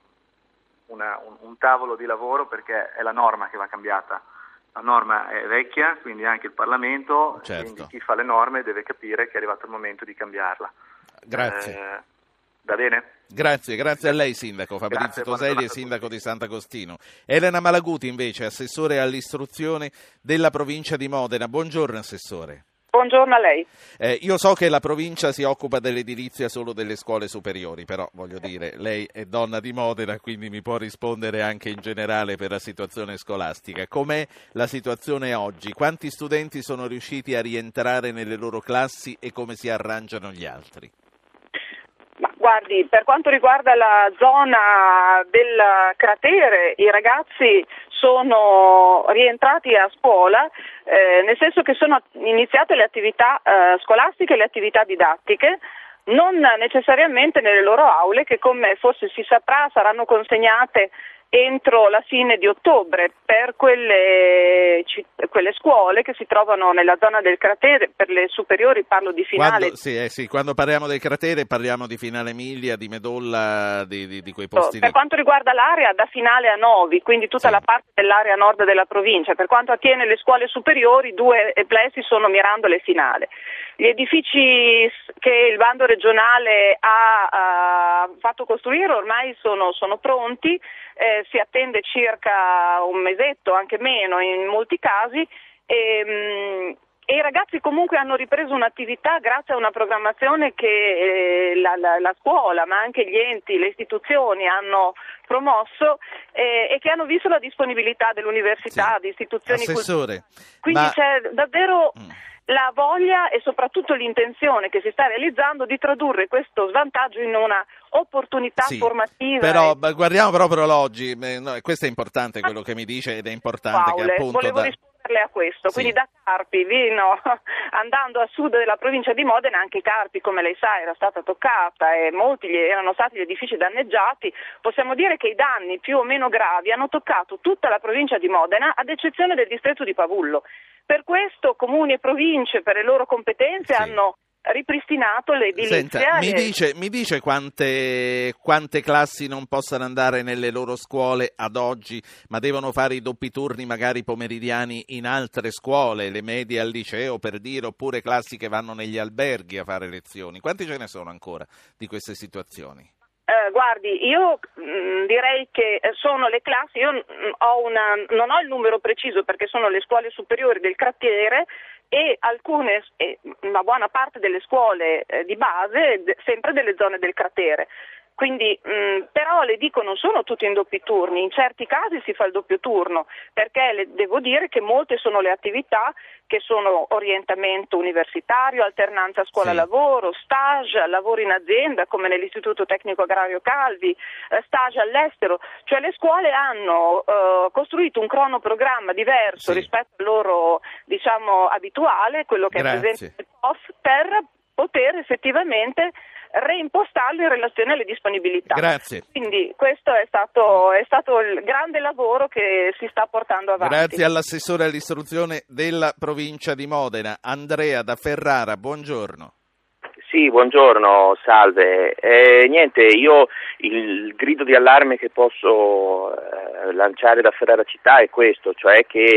una, un, un tavolo di lavoro, perché è la norma che va cambiata. La norma è vecchia, quindi anche il Parlamento, certo. quindi chi fa le norme deve capire che è arrivato il momento di cambiarla.
Grazie.
Eh, va bene?
Grazie, grazie a lei Sindaco. Fabrizio Toselli, Sindaco di Sant'Agostino. Elena Malaguti invece, Assessore all'Istruzione della Provincia di Modena. Buongiorno Assessore.
Buongiorno a lei.
Eh, io so che la provincia si occupa dell'edilizia solo delle scuole superiori, però voglio dire, lei è donna di Modena, quindi mi può rispondere anche in generale per la situazione scolastica. Com'è la situazione oggi? Quanti studenti sono riusciti a rientrare nelle loro classi e come si arrangiano gli altri?
Ma guardi, per quanto riguarda la zona del cratere, i ragazzi sono rientrati a scuola, eh, nel senso che sono iniziate le attività eh, scolastiche e le attività didattiche, non necessariamente nelle loro aule, che come forse si saprà saranno consegnate entro la fine di ottobre per quelle, quelle scuole che si trovano nella zona del cratere. Per le superiori parlo di finale.
Quando, sì, eh, sì, quando parliamo del cratere parliamo di Finale Emilia, di Medolla, di, di, di quei posti.
Per
di...
quanto riguarda l'area, da Finale a Novi, quindi tutta sì. la parte dell'area nord della provincia. Per quanto attiene le scuole superiori, due plessi sono Mirandole e Finale. Gli edifici che il bando regionale ha uh, fatto costruire ormai sono, sono pronti, eh, si attende circa un mesetto, anche meno in molti casi, e, mh, e i ragazzi comunque hanno ripreso un'attività grazie a una programmazione che eh, la, la, la scuola, ma anche gli enti, le istituzioni hanno promosso eh, e che hanno visto la disponibilità dell'università,
sì.
di istituzioni
Assessore,
culturali. Quindi
ma...
c'è davvero
Mm.
la voglia e soprattutto l'intenzione che si sta realizzando di tradurre questo svantaggio in una opportunità
sì,
formativa.
Però
e...
guardiamo proprio l'oggi, eh, no, questo è importante quello che mi dice ed è importante
Paole,
che appunto...
volevo
da...
risponderle a questo,
sì.
quindi da Carpi fino andando a sud della provincia di Modena, anche Carpi, come lei sa, era stata toccata e molti gli, erano stati gli edifici danneggiati. Possiamo dire che i danni più o meno gravi hanno toccato tutta la provincia di Modena, ad eccezione del distretto di Pavullo. Per questo comuni e province, per le loro competenze,
sì.
hanno ripristinato l'edilizia.
Senta, mi
e...
dice, mi dice quante, quante classi non possano andare nelle loro scuole ad oggi, ma devono fare i doppi turni magari pomeridiani in altre scuole, le medie al liceo per dire, oppure classi che vanno negli alberghi a fare lezioni. Quanti ce ne sono ancora di queste situazioni?
Eh, guardi, io mh, direi che sono le classi, io mh, ho una, non ho il numero preciso perché sono le scuole superiori del cratere e alcune, eh, una buona parte delle scuole eh, di base, de, sempre delle zone del cratere. Quindi, mh, però le dico, non sono tutti in doppi turni, in certi casi si fa il doppio turno, perché le, devo dire che molte sono le attività che sono orientamento universitario, alternanza scuola-lavoro, stage, lavoro in azienda come nell'Istituto Tecnico Agrario Calvi, eh, stage all'estero, cioè le scuole hanno eh, costruito un cronoprogramma diverso
sì.
rispetto al loro, diciamo, abituale, quello che
Grazie.
è presente nel P O F, per poter effettivamente reimpostarlo in relazione alle disponibilità.
Grazie.
Quindi questo è stato, è stato il grande lavoro che si sta portando avanti.
Grazie all'assessore all'istruzione della provincia di Modena, Andrea da Ferrara, buongiorno.
Sì, buongiorno, salve. Eh, niente, io il grido di allarme che posso eh, lanciare da Ferrara città è questo, cioè che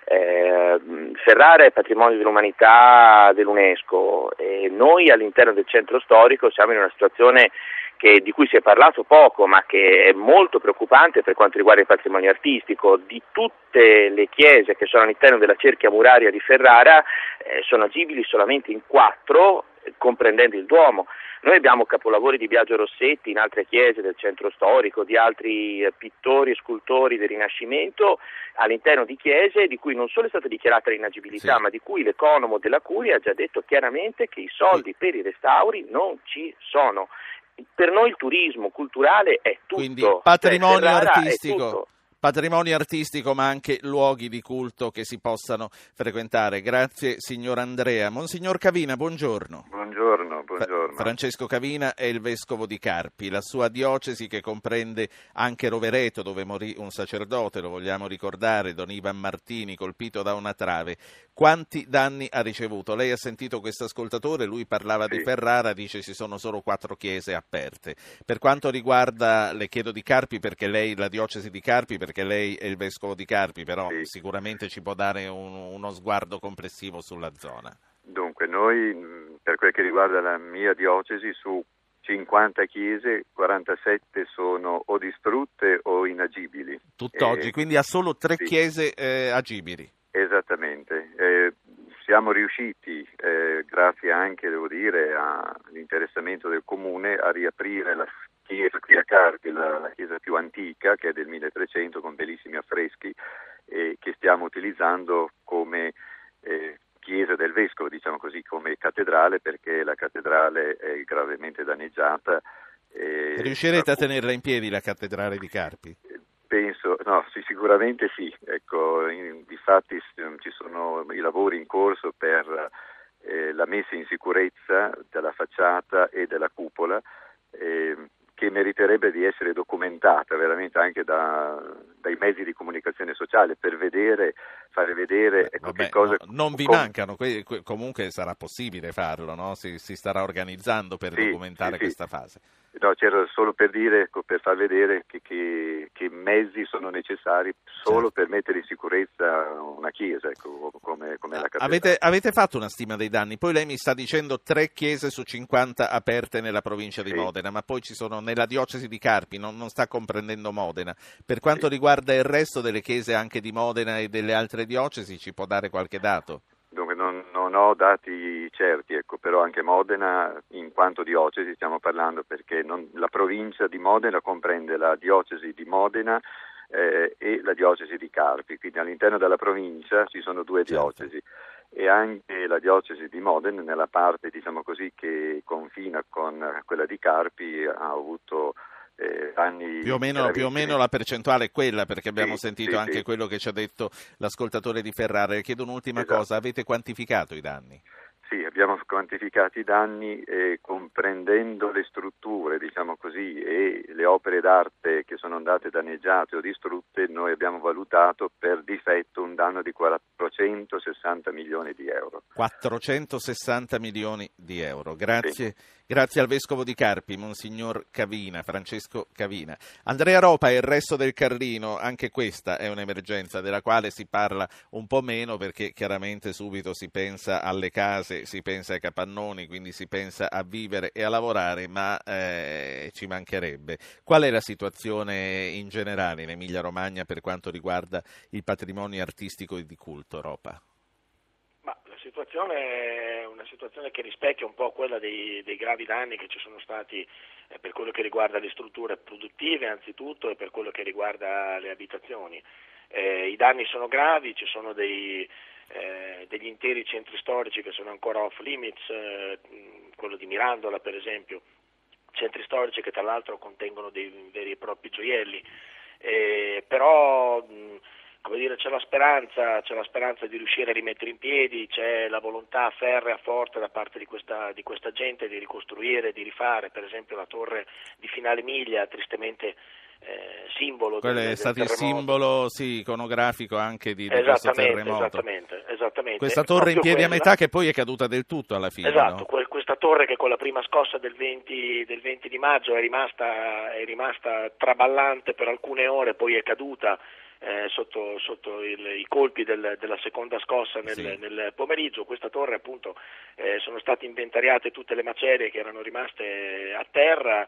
eh, Ferrara è patrimonio dell'umanità dell'UNESCO e noi all'interno del centro storico siamo in una situazione che, di cui si è parlato poco, ma che è molto preoccupante per quanto riguarda il patrimonio artistico. Di tutte le chiese che sono all'interno della cerchia muraria di Ferrara eh, sono agibili solamente in quattro, comprendendo il Duomo. Noi abbiamo capolavori di Biagio Rossetti in altre chiese del centro storico, di altri eh, pittori e scultori del Rinascimento all'interno di chiese di cui non solo è stata dichiarata l'inagibilità, sì. ma di cui l'economo della Curia ha già detto chiaramente che i soldi sì. per i restauri non ci sono. Per noi il turismo culturale è tutto.
Quindi patrimonio
cioè,
artistico. Patrimonio artistico, ma anche luoghi di culto che si possano frequentare. Grazie, signor Andrea. Monsignor Cavina, buongiorno.
Buongiorno, buongiorno.
Francesco Cavina è il vescovo di Carpi. La sua diocesi, che comprende anche Rovereto, dove morì un sacerdote, lo vogliamo ricordare, Don Ivan Martini, colpito da una trave. Quanti danni ha ricevuto? Lei ha sentito questo ascoltatore, lui parlava sì. di Ferrara, dice ci sono solo quattro chiese aperte. Per quanto riguarda, le chiedo di Carpi, perché lei, la diocesi di Carpi, perché lei è il vescovo di Carpi, però sì. sicuramente ci può dare un, uno sguardo complessivo sulla zona.
Dunque, noi, per quel che riguarda la mia diocesi, su cinquanta chiese, quarantasette sono o distrutte o inagibili.
Tutt'oggi,
eh,
quindi ha solo tre
sì.
chiese eh, agibili.
Esattamente. Eh, siamo riusciti, eh, grazie anche, devo dire, all'interessamento del Comune, a riaprire la chiesa qui a Carpi, la, la chiesa più antica, che è del milletrecento, con bellissimi affreschi, eh, che stiamo utilizzando come eh, chiesa del vescovo, diciamo così, come cattedrale, perché la cattedrale è gravemente danneggiata. Eh,
Riuscirete a tenerla in piedi la cattedrale di Carpi?
Penso, no, sì, sicuramente sì. Ecco, in, difatti ci sono i lavori in corso per eh, la messa in sicurezza della facciata e della cupola, eh, che meriterebbe di essere documentata veramente anche da, dai mezzi di comunicazione sociale, per vedere, fare vedere ecco,
Vabbè,
che cosa...
No, non vi
com-
mancano, que- que- comunque sarà possibile farlo, no? Si, si starà organizzando per
sì,
documentare
sì,
questa
sì.
fase.
No, c'era solo per dire, per far vedere che, che, che mezzi sono necessari solo certo. per mettere in sicurezza una chiesa, ecco, come, come la cattedrale.
Avete, avete fatto una stima dei danni? Poi lei mi sta dicendo tre chiese su cinquanta aperte nella provincia di sì. Modena, ma poi ci sono nella diocesi di Carpi, non, non sta comprendendo Modena. Per quanto sì. riguarda il resto delle chiese anche di Modena e delle altre diocesi, ci può dare qualche dato?
Dunque non, non ho dati certi, ecco, però anche Modena, in quanto diocesi stiamo parlando, perché non, la provincia di Modena comprende la diocesi di Modena eh, e la diocesi di Carpi, quindi all'interno della provincia ci sono due
certo.
diocesi. E anche la diocesi di Modena, nella parte diciamo così che confina con quella di Carpi, ha avuto eh, danni
più o meno, più o meno la percentuale è quella, perché abbiamo
sì,
sentito
sì,
anche
sì.
quello che ci ha detto l'ascoltatore di Ferrara. Le chiedo un'ultima
Esatto.
cosa: avete quantificato i danni?
Sì, abbiamo quantificato i danni eh, comprendendo le strutture, diciamo così, e le opere d'arte che sono andate danneggiate o distrutte. Noi abbiamo valutato per difetto un danno di quattrocentosessanta milioni di euro.
quattrocentosessanta milioni di euro. Grazie,
sì.
Grazie al Vescovo di Carpi, Monsignor Cavina, Francesco Cavina. Andrea Ropa e il resto del Carlino, anche questa è un'emergenza della quale si parla un po' meno, perché chiaramente subito si pensa alle case, si pensa ai capannoni, quindi si pensa a vivere e a lavorare, ma eh, ci mancherebbe. Qual è la situazione in generale in Emilia-Romagna per quanto riguarda il patrimonio artistico e di culto, Ropa?
Ma la situazione è una situazione che rispecchia un po' quella dei, dei gravi danni che ci sono stati eh, per quello che riguarda le strutture produttive anzitutto e per quello che riguarda le abitazioni. Eh, I danni sono gravi, ci sono dei, eh, degli interi centri storici che sono ancora off limits, eh, quello di Mirandola per esempio, centri storici che tra l'altro contengono dei veri e propri gioielli, eh, però mh, come dire, c'è la speranza, c'è la speranza di riuscire a rimettere in piedi, c'è la volontà ferrea, forte da parte di questa, di questa gente di ricostruire, di rifare, per esempio la torre di Finale Miglia, tristemente eh, simbolo
Quello
del,
è
del
stato il
terremoto.
simbolo sì, iconografico anche di, di questo terremoto.
Esattamente, esattamente.
Questa torre in piedi
quella.
a metà che poi è caduta del tutto alla fine.
Esatto,
no?
que- questa torre che con la prima scossa del venti, del venti di maggio è rimasta, è rimasta traballante per alcune ore, poi è caduta eh, sotto, sotto il, i colpi del, della seconda scossa nel,
sì.
nel pomeriggio. Questa torre appunto eh, sono state inventariate tutte le macerie che erano rimaste a terra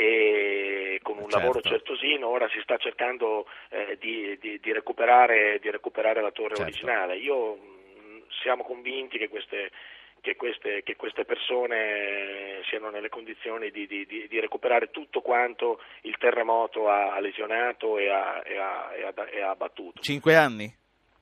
e con un
certo.
lavoro certosino ora si sta cercando eh, di, di, di, recuperare, di recuperare la torre
certo.
originale. Io mh, siamo convinti che queste Che queste, che queste persone siano nelle condizioni di, di, di recuperare tutto quanto il terremoto ha lesionato e ha, e ha, e ha, e ha abbattuto.
Cinque anni?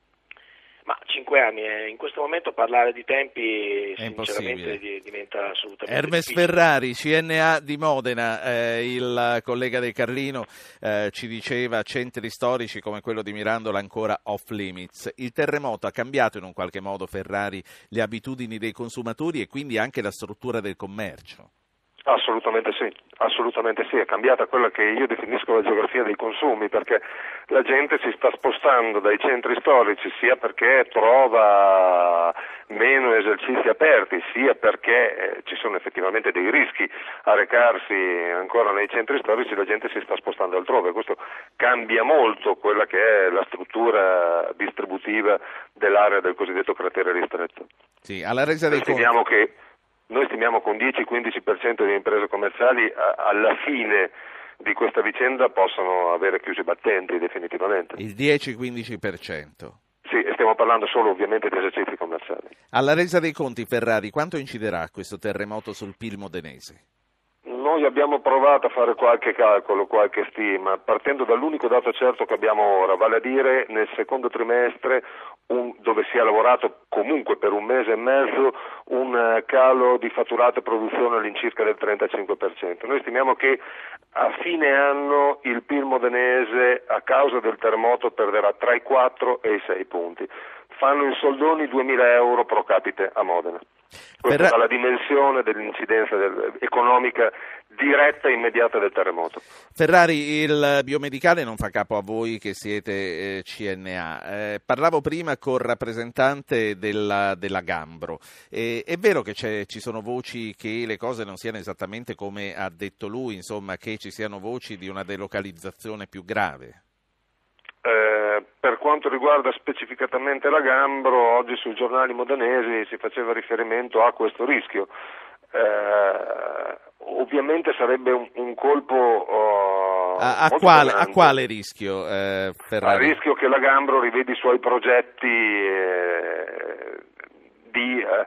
Ma cinque anni, eh, in questo momento parlare di tempi
è
sinceramente di, diventa assolutamente
Hermes
difficile.
Ferrari, C N A di Modena, eh, il collega del Carlino eh, ci diceva centri storici come quello di Mirandola ancora off limits. Il terremoto ha cambiato in un qualche modo, Ferrari, le abitudini dei consumatori e quindi anche la struttura del commercio?
Assolutamente sì, assolutamente sì, è cambiata quella che io definisco la geografia dei consumi, perché la gente si sta spostando dai centri storici sia perché trova meno esercizi aperti, sia perché eh, ci sono effettivamente dei rischi a recarsi ancora nei centri storici, la gente si sta spostando altrove. Questo cambia molto quella che è la struttura distributiva dell'area del cosiddetto cratere ristretto.
Sì, alla resa dei conti.
Che Noi stimiamo con dieci-quindici per cento di imprese commerciali alla fine di questa vicenda possono avere chiusi i battenti definitivamente.
Il dieci-quindici per cento.
Sì, e stiamo parlando solo ovviamente di esercizi commerciali.
Alla resa dei conti, Ferrari, quanto inciderà questo terremoto sul P I L modenese?
Noi abbiamo provato a fare qualche calcolo, qualche stima, partendo dall'unico dato certo che abbiamo ora, vale a dire nel secondo trimestre, un, dove si è lavorato comunque per un mese e mezzo, un calo di fatturato e produzione all'incirca del trentacinque per cento. Noi stimiamo che a fine anno il P I L modenese a causa del terremoto perderà tra i quattro e i sei punti. Fanno in soldoni duemila euro pro capite a Modena. Questa
Per...
è la dimensione dell'incidenza del... economica diretta e immediata del terremoto.
Ferrari, il biomedicale non fa capo a voi che siete eh, C N A. Eh, parlavo prima col rappresentante della, della Gambro. Eh, è vero che c'è, ci sono voci che le cose non siano esattamente come ha detto lui, insomma, che ci siano voci di una delocalizzazione più grave?
Eh, per quanto riguarda specificatamente la Gambro, oggi sui giornali modenesi si faceva riferimento a questo rischio. Eh, ovviamente sarebbe un, un colpo oh,
a, a, quale, a quale rischio, eh, Ferrari?
A rischio che la Gambro rivedi i suoi progetti eh, di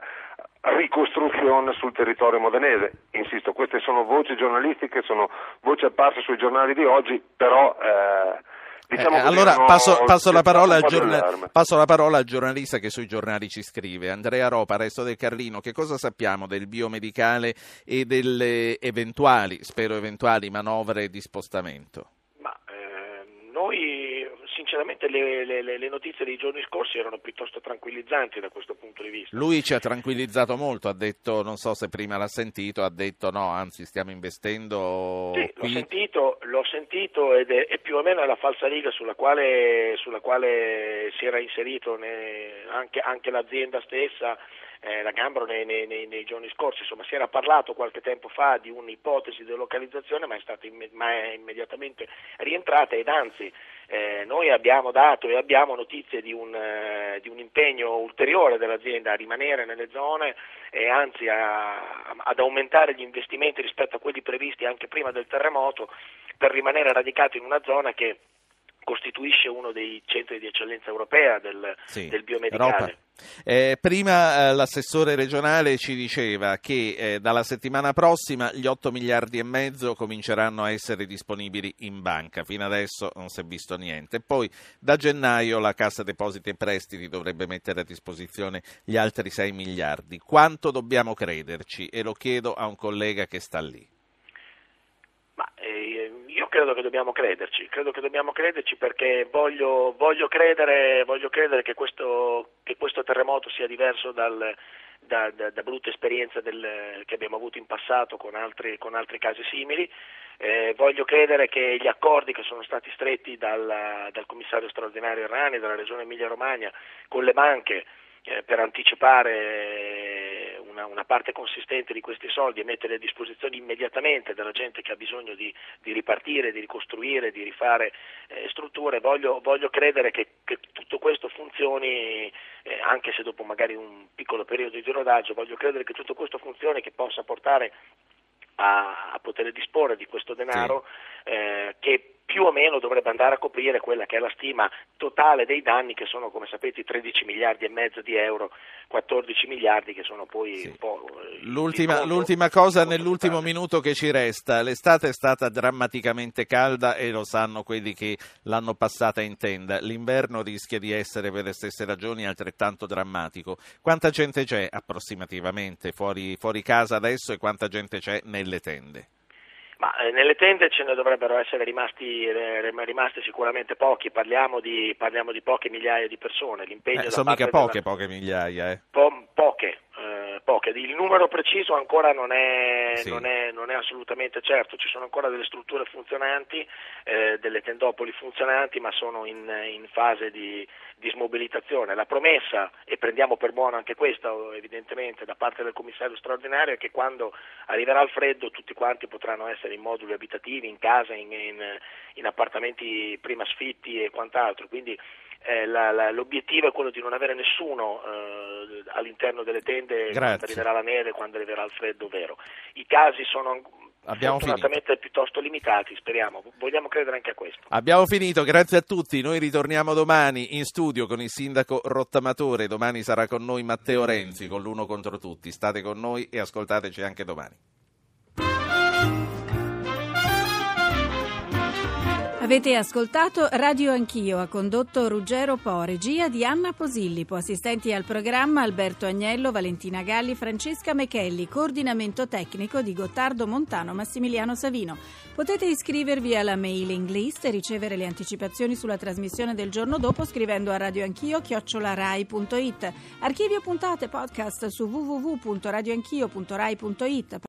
ricostruzione sul territorio modenese. Insisto, queste sono voci giornalistiche, sono voci apparse sui giornali di oggi, però eh, diciamo
eh,
così,
allora
hanno,
passo, passo, la parola al
giornal-
passo la parola al giornalista che sui giornali ci scrive, Andrea Ropa, Resto del Carlino. Che cosa sappiamo del biomedicale e delle eventuali, spero eventuali, manovre di spostamento?
Ma eh, noi sinceramente le, le, le notizie dei giorni scorsi erano piuttosto tranquillizzanti da questo punto di vista.
Lui ci ha tranquillizzato molto, ha detto, non so se prima l'ha sentito, ha detto no, anzi stiamo investendo
sì,
qui.
L'ho sentito, l'ho sentito ed è, è più o meno la falsariga sulla quale, sulla quale si era inserito ne, anche, anche l'azienda stessa, eh, la Gambro nei, nei, nei, nei giorni scorsi. Insomma, si era parlato qualche tempo fa di un'ipotesi di delocalizzazione, ma è stata imme- ma è immediatamente rientrata ed anzi Eh, noi abbiamo dato e abbiamo notizie di un, eh, di un impegno ulteriore dell'azienda a rimanere nelle zone e anzi a, ad aumentare gli investimenti rispetto a quelli previsti anche prima del terremoto per rimanere radicato in una zona che costituisce uno dei centri di eccellenza europea del,
sì,
del biomedicale.
Eh, prima eh, l'assessore regionale ci diceva che eh, dalla settimana prossima gli otto miliardi e mezzo cominceranno a essere disponibili in banca, fino adesso non si è visto niente. Poi da gennaio la Cassa Depositi e Prestiti dovrebbe mettere a disposizione gli altri sei miliardi. Quanto dobbiamo crederci? E lo chiedo a un collega che sta lì.
Ma eh, io credo che dobbiamo crederci, credo che dobbiamo crederci perché voglio, voglio credere, voglio credere che questo, che questo terremoto sia diverso dal, da, da, da brutte esperienze del, che abbiamo avuto in passato con altri, con altri casi simili. Eh, voglio credere che gli accordi che sono stati stretti dal, dal commissario straordinario Errani, dalla Regione Emilia-Romagna, con le banche eh, per anticipare una, una parte consistente di questi soldi e mettere a disposizione immediatamente della gente che ha bisogno di, di ripartire, di ricostruire, di rifare eh, strutture, voglio, voglio credere che, che tutto questo funzioni, eh, anche se dopo magari un piccolo periodo di rodaggio, voglio credere che tutto questo funzioni, che possa portare a, a poter disporre di questo denaro sì. eh, che più o meno dovrebbe andare a coprire quella che è la stima totale dei danni, che sono, come sapete, tredici miliardi e mezzo di euro, quattordici miliardi che sono poi sì. un po'...
L'ultima,
conto,
l'ultima cosa nell'ultimo totale. Minuto che ci resta, l'estate è stata drammaticamente calda e lo sanno quelli che l'hanno passata in tenda, l'inverno rischia di essere per le stesse ragioni altrettanto drammatico. Quanta gente c'è approssimativamente fuori, fuori casa adesso e quanta gente c'è nelle tende?
Ma eh, nelle tende ce ne dovrebbero essere rimasti, eh, rimasti sicuramente pochi, parliamo di, parliamo di poche migliaia di persone. L'impegno
eh,
da
sono mica
della...
poche, poche migliaia. Eh.
Po- poche, eh, poche. Il numero preciso ancora non è,
sì.
non è, non è assolutamente certo, ci sono ancora delle strutture funzionanti, eh, delle tendopoli funzionanti, ma sono in, in fase di, di smobilitazione. La promessa, e prendiamo per buono anche questa evidentemente da parte del commissario straordinario, è che quando arriverà il freddo tutti quanti potranno essere in moduli abitativi, in casa, in, in, in appartamenti prima sfitti e quant'altro, quindi eh, la, la, l'obiettivo è quello di non avere nessuno eh, all'interno delle tende
Grazie.
Quando arriverà la neve, quando arriverà il freddo vero. I casi sono
Abbiamo
fortunatamente
finito.
piuttosto limitati, speriamo, vogliamo credere anche a questo.
Abbiamo finito, grazie a tutti, noi ritorniamo domani in studio con il sindaco Rottamatore, domani sarà con noi Matteo Renzi con l'Uno contro tutti, state con noi e ascoltateci anche domani.
Avete ascoltato Radio Anch'io, ha condotto Ruggero Po, regia di Anna Posillipo, assistenti al programma Alberto Agnello, Valentina Galli, Francesca Mechelli, coordinamento tecnico di Gottardo Montano, Massimiliano Savino. Potete iscrivervi alla mailing list e ricevere le anticipazioni sulla trasmissione del giorno dopo scrivendo a radioanchio chiocciola rai punto it. Archivio puntate podcast su w w w punto radioanchio punto rai punto it.